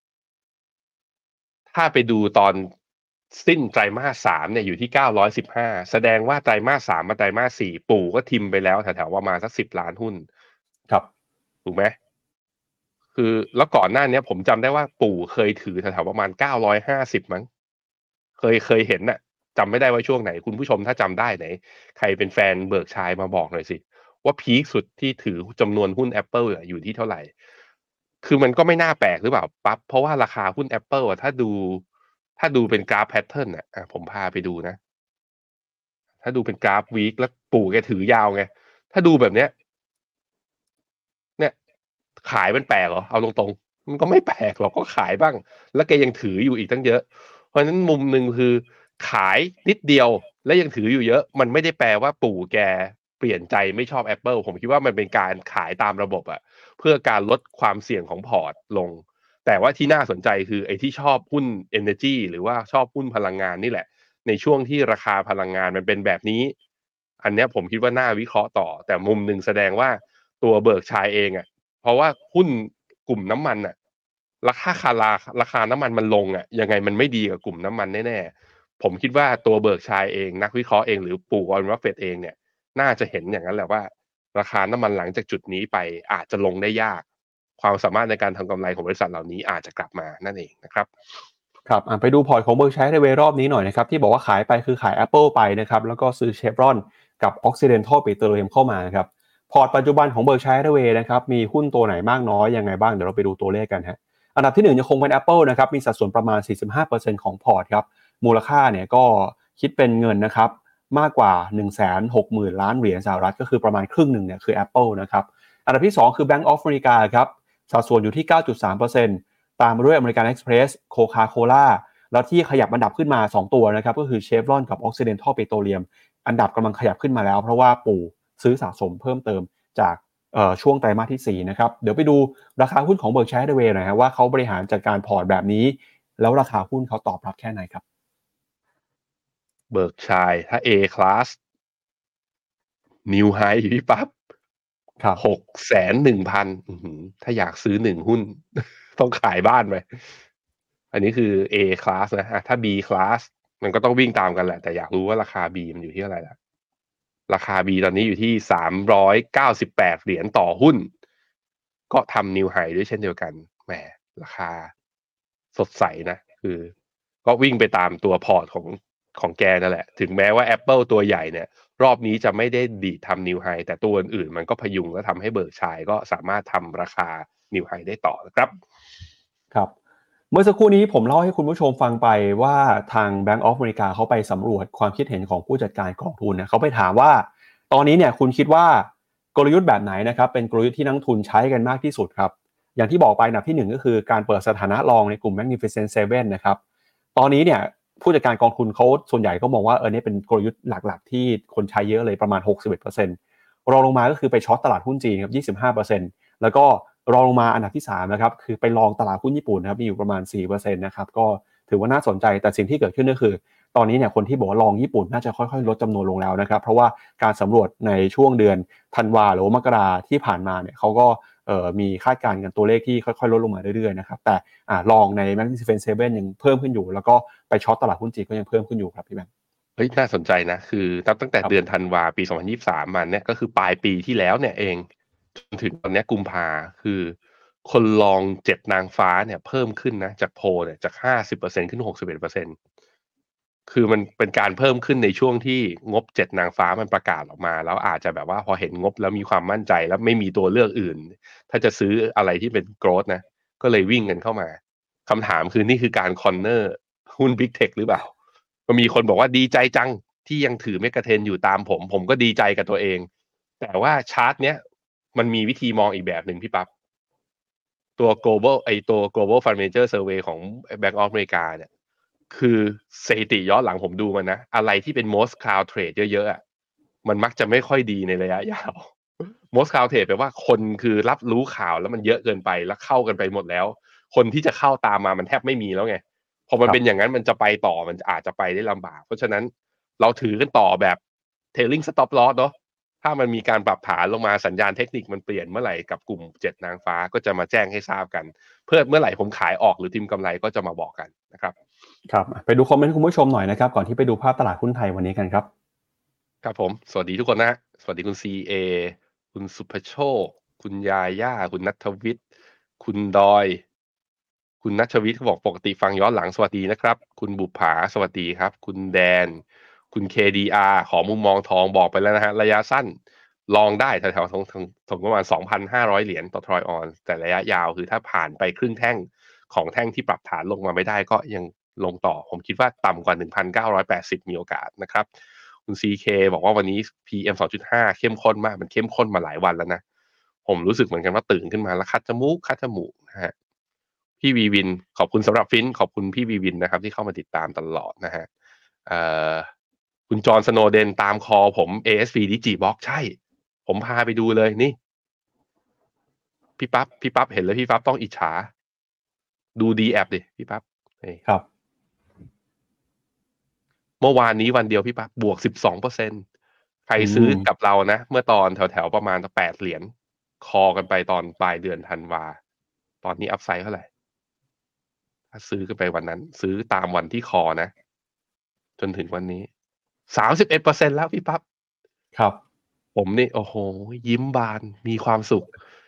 ถ้าไปดูตอนสิ้นไตรมาสสามเนี่ยอยู่ที่เก้าร้อยสิบห้าแสดงว่าไตรมาสสามมาไตรมาสสี่ปู่ก็ทิมไปแล้วแถวๆประมาณสักสิบล้านหุ้นครับถูกไหมคือแล้วก่อนหน้านี้ผมจำได้ว่าปู่เคยถือแถวๆประมาณเก้าร้อยห้าสิบมั้งเคยเคยเห็นน่ะจำไม่ได้ว่าช่วงไหนคุณผู้ชมถ้าจำได้ไหนใครเป็นแฟนเบิร์กชัยมาบอกหน่อยสิว่าพีคสุดที่ถือจำนวนหุ้น Apple อ่ะอยู่ที่เท่าไหร่คือมันก็ไม่น่าแปลกหรือเปล่าปั๊บเพราะว่าราคาหุ้น Apple อ่ะถ้าดูถ้าดูเป็นกราฟแพทเทิร์นอ่ะอ่ะผมพาไปดูนะ ถ้าดูเป็นกราฟวีคแล้วปู่แกถือยาวไงถ้าดูแบบเนี้ยเนี่ยขายมันแปลกเหรอเอาตรงๆมันก็ไม่แปลกหรอกก็ขายบ้างแล้วแกยังถืออยู่อีกตั้งเยอะเพราะฉะนั้นมุมหนึ่งคือขายนิดเดียวและยังถืออยู่เยอะมันไม่ได้แปลว่าปู่แกเปลี่ยนใจไม่ชอบ Apple ผมคิดว่ามันเป็นการขายตามระบบอะเพื่อการลดความเสี่ยงของพอร์ตลงแต่ว่าที่น่าสนใจคือไอ้ที่ชอบหุ้น Energy หรือว่าชอบหุ้นพลังงานนี่แหละในช่วงที่ราคาพลังงานมันเป็นแบบนี้อันเนี้ยผมคิดว่าน่าวิเคราะห์ต่อแต่มุมหนึ่งแสดงว่าตัวเบิร์กชัยเองอ่ะเพราะว่าหุ้นกลุ่มน้ำมันอ่ะราคาคาราราคาน้ำมันมันลงอ่ะยังไงมันไม่ดีกับกลุ่มน้ำมันแน่ๆผมคิดว่าตัวเบิร์กชัยเองนักวิเคราะห์เองหรือปู่วอร์เรน บัฟเฟตต์เองเนี่ยน่าจะเห็นอย่างนั้นแหละว่าราคาน้ำมันหลังจากจุดนี้ไปอาจจะลงได้ยากความสามารถในการทำกำไรของบริษัทเหล่านี้อาจจะกลับมานั่นเองนะครับครับไปดูพอร์ตของ Berkshire Hathaway รอบนี้หน่อยนะครับที่บอกว่าขายไปคือขาย Apple ไปนะครับแล้วก็ซื้อ Chevron กับ Occidental Petroleum เข้ามาครับพอร์ตปัจจุบันของ Berkshire Hathaway นะครับมีหุ้นตัวไหนมากน้อยยังไงบ้างเดี๋ยวเราไปดูตัวเลขกันฮะอันดับที่หนึ่งยังคงเป็น Apple นะครับมีสัดส่วนประมาณ สี่สิบห้าเปอร์เซ็นต์ ของพอร์ตครับมูลค่าเนี่ยก็คิดเป็นเงินนะครับมากกว่า หนึ่งแสนหกหมื่น ล้านเหรียญสหรัฐก็คือประมาณครึ่งหนึ่งเนี่ยคือ Apple นะครับอันดับที่สองคือ Bank of America ครับสัดส่วนอยู่ที่ เก้าจุดสามเปอร์เซ็นต์ ตามมาด้วย American Express Coca-Colaแล้วที่ขยับอันดับขึ้นมาสองตัวนะครับก็คือ Chevron กับ Occidental Petroleum อันดับกำลังขยับขึ้นมาแล้วเพราะว่าปู่ซื้อสะสมเพิ่มเติมจากช่วงไตรมาสที่สี่นะครับเดี๋ยวไปดูราคาหุ้นของ Berkshire Hathaway หน่อยครับว่าเขาบริหารจัดการพอร์ตแบบนี้แล้วราคาหุ้นเขาตอบรับแค่ไหนครับ Berkshire ถ้า A class New High อยู่ที่ปั๊บครับหกแสนหนึ่งพัน ถ้าอยากซื้อหนึ่งหุ้น ต้องขายบ้านไปอันนี้คือ A class นะถ้า B class มันก็ต้องวิ่งตามกันแหละแต่อยากรู้ว่าราคา B มันอยู่ที่เท่าไหร่ละราคา B ตอนนี้อยู่ที่สามร้อยเก้าสิบแปดเหรียญต่อหุ้นก็ทำ New High ด้วยเช่นเดียวกันแหมราคาสดใสนะคือก็วิ่งไปตามตัวพอร์ตของของแกนั่นแหละถึงแม้ว่า Apple ตัวใหญ่เนี่ยรอบนี้จะไม่ได้ดีดทำ New High แต่ตัวอื่นๆมันก็พยุงและทำให้เบิร์กชัยก็สามารถทำราคา New High ได้ต่อนะครับครับเมื่อสักครู่นี้ผมเล่าให้คุณผู้ชมฟังไปว่าทาง Bank of America เขาไปสำรวจความคิดเห็นของผู้จัดการกองทุนเนี่ยเขาไปถามว่าตอนนี้เนี่ยคุณคิดว่ากลยุทธ์แบบไหนนะครับเป็นกลยุทธ์ที่นักทุนใช้กันมากที่สุดครับอย่างที่บอกไปอันดับที่หนึ่งก็คือการเปิดสถานะรองในกลุ่ม Magnificent เซเว่นนะครับตอนนี้เนี่ยผู้จัดการกองทุนเขาส่วนใหญ่ก็มองว่าเออนี่เป็นกลยุทธ์หลักๆที่คนใช้เยอะเลยประมาณ หกสิบเอ็ดเปอร์เซ็นต์ รองลงมาก็คือไปช็อตตลาดหุ้นจีนครับ ยี่สิบห้าเปอร์เซ็นต์ แล้วก็รองลงมาอันดับที่สามนะครับคือไปลองตลาดหุ้นญี่ปุ่นนะครับมีอยู่ประมาณ สี่เปอร์เซ็นต์ นะครับก็ถือว่าน่าสนใจแต่สิ่งที่เกิดขึ้นก็คือตอนนี้เนี่ยคนที่บอกว่าลองญี่ปุ่นน่าจะค่อยๆลดจำนวนลงแล้วนะครับเพราะว่าการสำรวจในช่วงเดือนธันวาหรือมกราที่ผ่านมาเนี่ยเขาก็เอ่อมีคาดการณ์กันตัวเลขที่ค่อยๆลดลงมาเรื่อยๆนะครับแต่อ่าลองใน Magnificent เซเว่นยังเพิ่มขึ้นอยู่แล้วก็ไปช็อตตลาดหุ้นจีนก็ยังเพิ่มขึ้นอยู่ครับพี่แบงค์เฮ้ยน่าสนใจนะคือตั้งแต่เดือนธันวาปีสองพันยี่สิบสามมาเนี่ยก็คือปลายปีที่แล้วเนี่ยเองจนถึงตอนนี้กุมภาคือคนลองเจ็ดนางฟ้าเนี่ยเพิ่มขึ้นนะจากโพลเนี่ยจาก ห้าสิบเปอร์เซ็นต์ ขึ้น หกสิบเอ็ดเปอร์เซ็นต์ คือมันเป็นการเพิ่มขึ้นในช่วงที่งบเจ็ดนางฟ้ามันประกาศออกมาแล้วอาจจะแบบว่าพอเห็นงบแล้วมีความมั่นใจแล้วไม่มีตัวเลือกอื่นถ้าจะซื้ออะไรที่เป็นโกรทนะก็เลยวิ่งกันเข้ามาคำถามคือนี่คือการคอนเนอร์หุ้น Big Tech หรือเปล่าก็มีคนบอกว่าดีใจจังที่ยังถือเมกะเทรนอยู่ตามผมผมก็ดีใจกับตัวเองแต่ว่าชาร์ตเนี้ยมันมีวิธีมองอีกแบบหนึ่งพี่ปั๊บตัว global ไอตัว global fund manager survey ของ Bank of America เนี่ยคือสถิติย้อนหลังผมดูมันนะอะไรที่เป็น most cloud trade เยอะๆอ่ะมันมักจะไม่ค่อยดีในระยะยาว most cloud trade แปลว่าคนคือรับรู้ข่าวแล้วมันเยอะเกินไปแล้วเข้ากันไปหมดแล้วคนที่จะเข้าตามมามันแทบไม่มีแล้วไงพอมันเป็นอย่างนั้นมันจะไปต่อมันอาจจะไปได้ลำบากเพราะฉะนั้นเราถือกันต่อแบบ trailing stop loss เนาะถ้ามันมีการปรับฐานลงมาสัญญาณเทคนิคมันเปลี่ยนเมื่อไหร่กับกลุ่มเจ็ดนางฟ้าก็จะมาแจ้งให้ทราบกันเพื่อเมื่อไหร่ผมขายออกหรือทิมกำไรก็จะมาบอกกันนะครับครับไปดูคอมเมนต์คุณผู้ชมหน่อยนะครับก่อนที่ไปดูภาพตลาดหุ้นไทยวันนี้กันครับครับผมสวัสดีทุกคนนะสวัสดีคุณ ซี เอ คุณสุภโชคคุณยาย่าคุณณัฐวิทย์คุณดอยคุณณัฐวิทย์เขาบอกปกติฟังย้อนหลังสวัสดีนะครับคุณบุปผาสวัสดีครับคุณแดนคุณ เค ดี อาร์ ขอมุมมองทองบอกไปแล้วนะฮะระยะสั้นลองได้แถวๆตรงถึงประมาณ สองพันห้าร้อย เหรียญต่อทรอยออนแต่ระยะยาวคือถ้าผ่านไปครึ่งแท่งของแท่งที่ปรับฐานลงมาไม่ได้ก็ยังลงต่อผมคิดว่าต่ำกว่า หนึ่งพันเก้าร้อยแปดสิบ มีโอกาสนะครับคุณ ซี เค บอกว่าวันนี้ พี เอ็ม สองจุดห้า เข้มข้นมากมันเข้มข้นมาหลายวันแล้วนะผมรู้สึกเหมือนกันว่าตื่นขึ้นมาแล้วคัดจมูกคัดจมูกนะฮะพี่วีวินขอบคุณสำหรับฟินขอบคุณพี่วีวินนะครับที่เข้ามาติดตามตลอดนะฮะเอ่อคุณจอห์นสโนเดนตามคอผม เอ เอส พี Digi Box ใช่ผมพาไปดูเลยนี่พี่ปั๊บพี่ปั๊บเห็นแล้วพี่ปั๊บต้องอิจฉาดูดีแอปดิพี่ปั๊บครับเมื่อวานนี้วันเดียวพี่ปั๊บบวก สิบสองเปอร์เซ็นต์ ใครซื้อกับเรานะเมื่อตอนแถวๆประมาณแปดเหรียญคอกันไปตอนปลายเดือนธันวาตอนนี้อัพไซด์เท่าไหร่ถ้าซื้อกันไปวันนั้นซื้อตามวันที่คอนะจนถึงวันนี้ สามสิบเอ็ดเปอร์เซ็นต์ แล้วพี่ปั๊บครับผมนี่โอ้โหยิ้มบานมีความสุข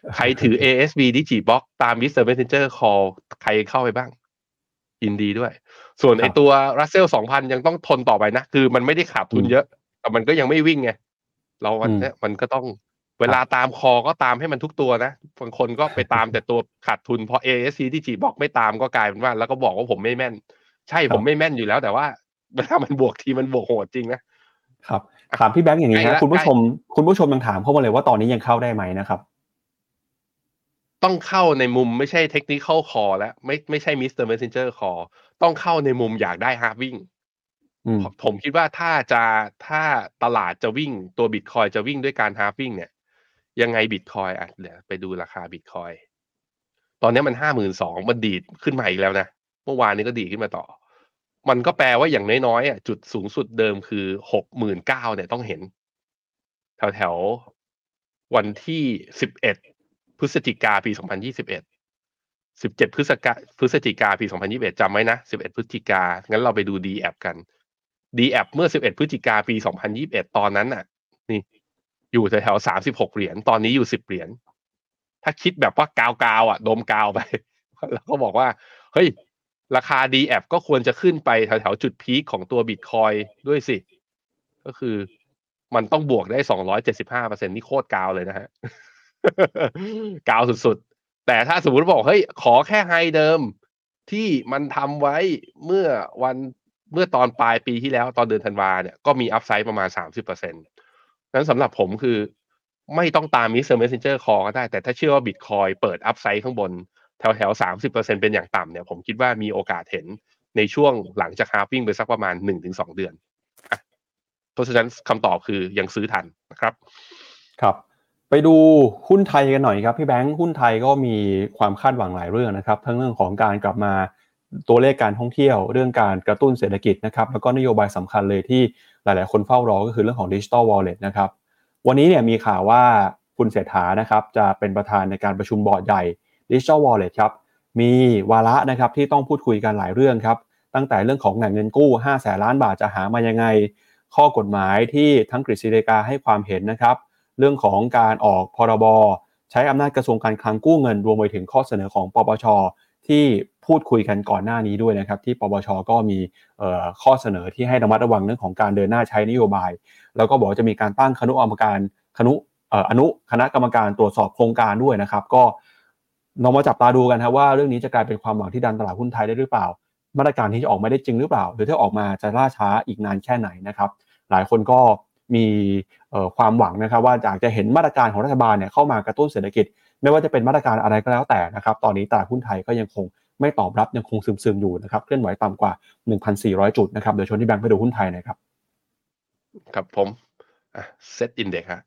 ใครถือ เอ เอส บี Digibox ตาม Mister Messenger Call ใครเข้าไปบ้างยินดีด้วยส่วนไอตัว Russell สองพัน ยังต้องทนต่อไปนะคือมันไม่ได้ขาดทุนเยอะแต่มันก็ยังไม่วิ่งไงเราวันนี้มันก็ต้องเวลาตามคอก็ตามให้มันทุกตัวนะบางคนก็ไปตามแต่ตัวขาดทุนพอ เอ เอส ซี Digibox ไม่ตามก็กลายเป็นว่าแล้วก็บอกว่าผมไม่แม่นใช่ผมไม่แม่นอยู่แล้วแต่ว่าเวลามันบวกทีมันบวกโหดจริงนะครับถามพี่แบงค์อย่างนี้นะคุณผู้ชมคุณผู้ชมยังถามเข้ามาเลยว่าตอนนี้ยังเข้าได้ไหมนะครับต้องเข้าในมุมไม่ใช่ technical call แล้วไม่ไม่ใช่ Mister Messenger Call ต้องเข้าในมุมอยากได้ halving ผมคิดว่าถ้าจะถ้าตลาดจะวิ่งตัว Bitcoin จะวิ่งด้วยการ halving เนี่ยยังไง Bitcoin อ่ะเดี๋ยวไปดูราคา Bitcoin ตอนนี้มัน ห้าหมื่นสองพัน มันดีดขึ้นมาอีกแล้วนะเมื่อวานนี้ก็ดีขึ้นมาต่อมันก็แปลว่าอย่างน้อยๆอ่ะจุดสูงสุดเดิมคือ หกหมื่นเก้าพัน เนี่ยต้องเห็นแถวๆวันที่สิบเอ็ดพฤศจิกาปีสองพันยี่สิบเอ็ด สิบเจ็ดพฤศจิกาพฤศจิกาปีสองพันยี่สิบเอ็ดจำไว้นะสิบเอ็ดพฤศจิกางั้นเราไปดู ดี แอป กัน ดี แอป เมื่อสิบเอ็ดพฤศจิกาปีสองพันยี่สิบเอ็ดตอนนั้นน่ะนี่อยู่แถวๆสามสิบหกเหรียญตอนนี้อยู่สิบเหรียญถ้าคิดแบบว่ากาวๆอ่ะดมกาวไปแล้วก็บอกว่าเฮ้ยราคา ดี แอป ก็ควรจะขึ้นไปแถวๆจุดพีคของตัว Bitcoin ด้วยสิก็คือมันต้องบวกได้ สองร้อยเจ็ดสิบห้าเปอร์เซ็นต์ นี่โคตรกาวเลยนะฮะ กาวสุดๆแต่ถ้าสมมุติบอกเฮ้ยขอแค่ไฮเดิมที่มันทำไว้เมื่อวันเมื่อตอนปลายปีที่แล้วตอนเดือนธันวาเนี่ยก็มีอัพไซด์ประมาณ สามสิบเปอร์เซ็นต์ นั้นสำหรับผมคือไม่ต้องตาม Mister Messenger Call ก็ได้แต่ถ้าเชื่อว่า Bitcoin เปิดอัพไซด์ข้างบนแถวๆ สามสิบเปอร์เซ็นต์ เป็นอย่างต่ำเนี่ยผมคิดว่ามีโอกาสเห็นในช่วงหลังจาก halving ไปสักประมาณ หนึ่งถึงสอง เดือนเพราะฉะนั้นคำตอบคือยังซื้อทันนะครับครับไปดูหุ้นไทยกันหน่อยครับพี่แบงค์หุ้นไทยก็มีความคาดหวังหลายเรื่องนะครับทั้งเรื่องของการกลับมาตัวเลขการท่องเที่ยวเรื่องการกระตุ้นเศรษฐกิจนะครับแล้วก็นโยบายสำคัญเลยที่หลายๆคนเฝ้ารอก็คือเรื่องของ Digital Wallet นะครับวันนี้เนี่ยมีข่าวว่าคุณเศรษฐานะครับจะเป็นประธานในการประชุมบอร์ดใหญ่ Digital Wallet ครับมีวาระนะครับที่ต้องพูดคุยกันหลายเรื่องครับตั้งแต่เรื่องของแหล่งเงินกู้ห้าแสนล้านบาทจะหามายังไงข้อกฎหมายที่ทั้งกฤษฎีกาให้ความเห็นนะครับเรื่องของการออกพรบใช้อำนาจกระทรวงการคลังกู้เงินรวมไปถึงข้อเสนอของปปชที่พูดคุยกันก่อนหน้านี้ด้วยนะครับที่ปปชก็มีข้อเสนอที่ให้ระมัดระวังเรื่องของการเดินหน้าใช้นโยบายแล้วก็บอกจะมีการตั้งคณะกรรมการคณะอนุคณะกรรมการตรวจสอบโครงการด้วยนะครับก็ลองมาจับตาดูกันครับว่าเรื่องนี้จะกลายเป็นความหวังที่ดันตลาดหุ้นไทยได้หรือเปล่ามาตรการที่จะออกมาได้จริงหรือเปล่าหรือถ้าออกมาจะล่าช้าอีกนานแค่ไหนนะครับหลายคนก็มีความหวังนะครับว่าอยากจะเห็นมาตรการของรัฐบาลเนี่ยเข้ามากระตุ้นเศรษฐกิจไม่ว่าจะเป็นมาตรการอะไรก็แล้วแต่นะครับตอนนี้ตลาดหุ้นไทยก็ยังคงไม่ตอบรับยังคงซึมๆอยู่นะครับเคลื่อนไหวต่ำกว่า หนึ่งพันสี่ร้อย จุดนะครับโดยชวนที่แบงค์ไปดูหุ้นไทยนะครับครับผมอ่ะ Set Index ฮะ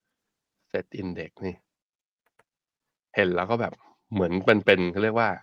Set Index นี่เห็นแล้วก็แบบเหมือนมันเป็นเขาเรียกว่า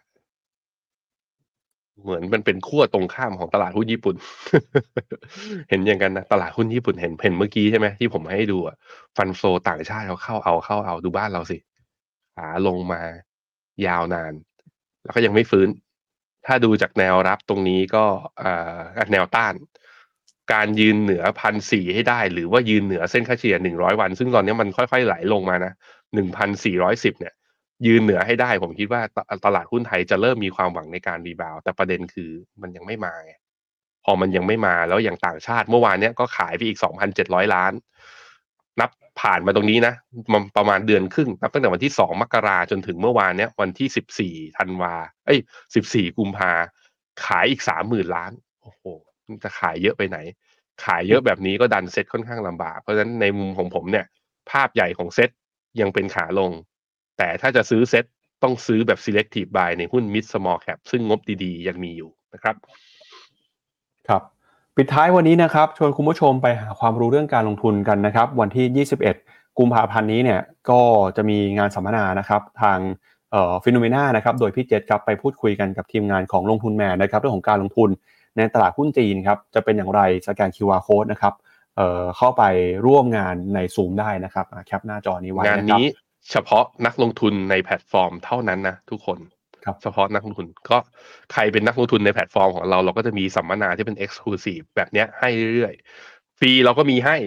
เหมือนมันเป็นขั้วตรงข้ามของตลาดหุ้นญี่ปุ่น เห็นอย่างกันนะตลาดหุ้นญี่ปุ่นเห็นเห็นเมื่อกี้ใช่ไหมที่ผมให้ดูอ่ะฟันโฟต่างชาติเขาเข้าเอาเข้าเอาดูบ้านเราสิขาลงมายาวนานแล้วก็ยังไม่ฟื้นถ้าดูจากแนวรับตรงนี้ก็อ่าแนวต้านการยืนเหนือ หนึ่งพันสี่ร้อย ให้ได้หรือว่ายืนเหนือเส้นค่าเฉลี่ยหนึ่งร้อยวันซึ่งตอนนี้มันค่อยๆไหลลงมานะ หนึ่งพันสี่ร้อยสิบ เนี่ยยืนเหนือให้ได้ผมคิดว่าตลาดหุ้นไทยจะเริ่มมีความหวังในการรีบาวด์แต่ประเด็นคือมันยังไม่มาไงพอมันยังไม่มาแล้วอย่างต่างชาติเมื่อวานเนี้ยก็ขายไปอีก สองพันเจ็ดร้อย ล้านนับผ่านมาตรงนี้นะมันประมาณเดือนครึ่งนับตั้งแต่วันที่สองมกราจนถึงเมื่อวานเนี้ยวันที่สิบสี่ธันวาเอ้ยสิบสี่กุมภาขายอีก สามหมื่น ล้านโอ้โหจะขายเยอะไปไหนขายเยอะแบบนี้ก็ดันเซ็ตค่อนข้างลำบากเพราะฉะนั้นในมุมของผมเนี่ยภาพใหญ่ของเซ็ตยังเป็นขาลงแต่ถ้าจะซื้อเซ็ตต้องซื้อแบบ selective buy ในหุ้น mid small cap ซึ่งงบดีๆยังมีอยู่นะครับครับปิดท้ายวันนี้นะครับชวนคุณผู้ชมไปหาความรู้เรื่องการลงทุนกันนะครับวันที่ยี่สิบเอ็ดกุมภาพันธ์นี้เนี่ยก็จะมีงานสัมมนานะครับทางเอ่อ Phenomena นะครับโดยพี่เจษครับไปพูดคุยกันกับทีมงานของลงทุนแมนนะครับเรื่องของการลงทุนในตลาดหุ้นจีนครับจะเป็นอย่างไรสแกน คิว อาร์ Code นะครับเอ่อเข้าไปร่วมงานใน Zoom ได้นะครับแคปหน้าจอนี้ไว้นะครับงานนี้เฉพาะนักลงทุนในแพลตฟอร์มเท่านั้นนะทุกคนเฉพาะนักลงทุนก็ใครเป็นนักลงทุนในแพลตฟอร์มของเราเราก็จะมีสัมมนาที่เป็น Exclusive แบบนี้ให้เรื่อยๆฟรีเราก็มีให้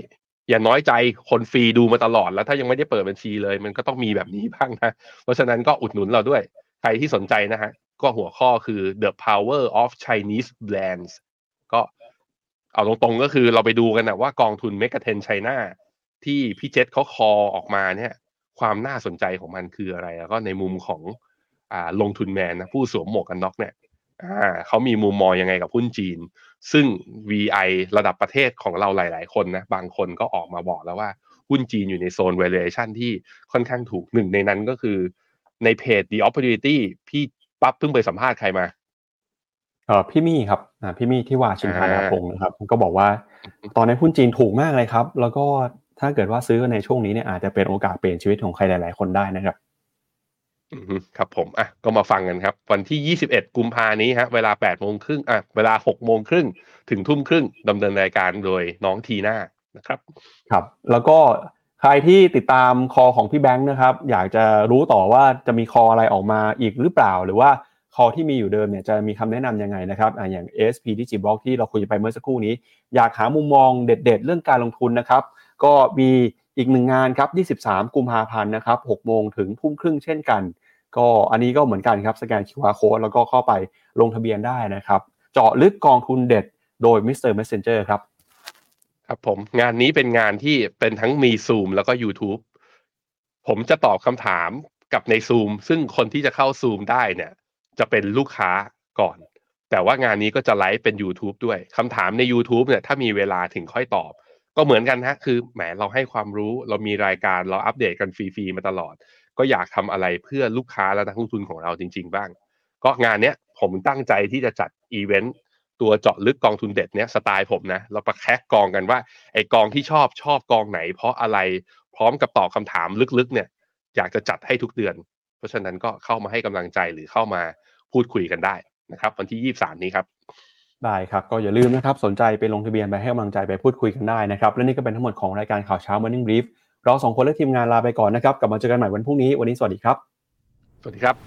อย่าน้อยใจคนฟรีดูมาตลอดแล้วถ้ายังไม่ได้เปิดบัญชีเลยมันก็ต้องมีแบบนี้บ้างนะเพราะฉะนั้นก็อุดหนุนเราด้วยใครที่สนใจนะฮะก็หัวข้อคือ The Power of Chinese Brands ก็เอาตรงๆก็คือเราไปดูกันนะว่ากองทุน Megatrend China ที่พี่เจษเขาคอออกมาเนี่ยความน่าสนใจของมันคืออะไรแล้วก็ในมุมของอ่าลงทุนแมนนะผู้สวมหมวกกันน็อกเนี่ยอ่าเขามีมุมมองยังไงกับหุ้นจีนซึ่ง วี ไอ ระดับประเทศของเราหลายๆคนนะบางคนก็ออกมาบอกแล้วว่าหุ้นจีนอยู่ในโซน valuation ที่ค่อนข้างถูกหนึ่งในนั้นก็คือในเพจ The Opportunity พี่ปั๊บเพิ่งไปสัมภาษณ์ใครมาเอ่อพี่มี่ครับอ่าพี่มี่ที่ว่าชินธาดาพงศ์นะครับก็บอกว่าตอนนี้หุ้นจีนถูกมากเลยครับแล้วก็ถ้าเกิดว่าซื้อในช่วงนี้เนี่ยอาจจะเป็นโอกาสเปลี่ยนชีวิตของใครหลายๆคนได้นะครับอืมครับผมอ่ะก็มาฟังกันครับวันที่ยี่สิบเอ็ดกุมภาพันธ์นี้ฮะเวลา แปดโมงครึ่งอ่ะเวลา หกโมงครึ่งถึงทุ่มครึ่งดำเนินรายการโดยน้องทีน่านะครับครับแล้วก็ใครที่ติดตามคอของพี่แบงค์นะครับอยากจะรู้ต่อว่าจะมีคออะไรออกมาอีกหรือเปล่าหรือว่าคอที่มีอยู่เดิมเนี่ยจะมีคำแนะนำยังไงนะครับอ่าอย่าง เอ เอส พี Digiblock ที่เราคุยไปเมื่อสักครู่นี้อยากหามุมมองเด็ดๆเรื่องการลงทุนนะครับก็มีอีกหนึ่งงานครับยี่สิบสามกุมภาพันธ์นะครับหกโมงถึงทุ่มครึ่งเช่นกันก็อันนี้ก็เหมือนกันครับสแกน คิว อาร์ Code แล้วก็เข้าไปลงทะเบียนได้นะครับเจาะลึกกองทุนเด็ดโดย มิสเตอร์ Messenger ครับครับผมงานนี้เป็นงานที่เป็นทั้งมี Zoom แล้วก็ YouTube ผมจะตอบคำถามกับใน Zoom ซึ่งคนที่จะเข้า Zoom ได้เนี่ยจะเป็นลูกค้าก่อนแต่ว่างานนี้ก็จะไลฟ์เป็น YouTube ด้วยคำถามใน YouTube เนี่ยถ้ามีเวลาถึงค่อยตอบก็เหมือนกันฮะคือแหมเราให้ความรู้เรามีรายการเราอัปเดตกันฟรีๆมาตลอดก็อยากทำอะไรเพื่อลูกค้าและนักลงทุนของเราจริงๆบ้างก็งานเนี้ยผมตั้งใจที่จะจัดอีเวนต์ตัวเจาะลึกกองทุนเด็ดเนี้ยสไตล์ผมนะเราประแคกกองกันว่าไอ้กองที่ชอบชอบกองไหนเพราะอะไรพร้อมกับตอบคำถามลึกๆเนี่ยอยากจะจัดให้ทุกเดือนเพราะฉะนั้นก็เข้ามาให้กำลังใจหรือเข้ามาพูดคุยกันได้นะครับวันที่ยี่สิบสามนี้ครับได้ครับก็อย่าลืมนะครับสนใจไปลงทะเบียนไปให้กำลังใจไปพูดคุยกันได้นะครับและนี่ก็เป็นทั้งหมดของรายการข่าวเช้า Morning Brief เราสองคนและทีมงานลาไปก่อนนะครับกลับมาเจอกันใหม่วันพรุ่งนี้วันนี้สวัสดีครับสวัสดีครับ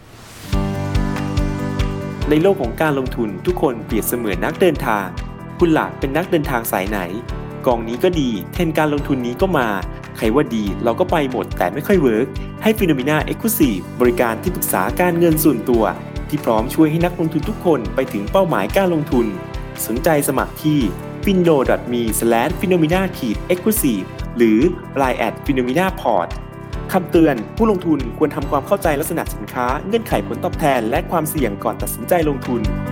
ในโลกของการลงทุนทุกคนเปรียบเสมือนนักเดินทางคุณหลักเป็นนักเดินทางสายไหนกองนี้ก็ดีเทรนด์การลงทุนนี้ก็มาใครว่าดีเราก็ไปหมดแต่ไม่ค่อยเวิร์กให้ Phenomena Exclusive บริการที่ปรึกษาการเงินส่วนตัวที่พร้อมช่วยให้นักลงทุนทุกคนไปถึงเป้าหมายการลงทุนสนใจสมัครที่ ฟินโน ดอท มี สแลช ฟีโนมีนา เอ็กซ์คลูซีฟ หรือ ไลน์ แอท ฟีโนมีนาพอร์ต คำเตือนผู้ลงทุนควรทำความเข้าใจลักษณะสินค้าเงื่อนไขผลตอบแทนและความเสี่ยงก่อนตัดสินใจลงทุน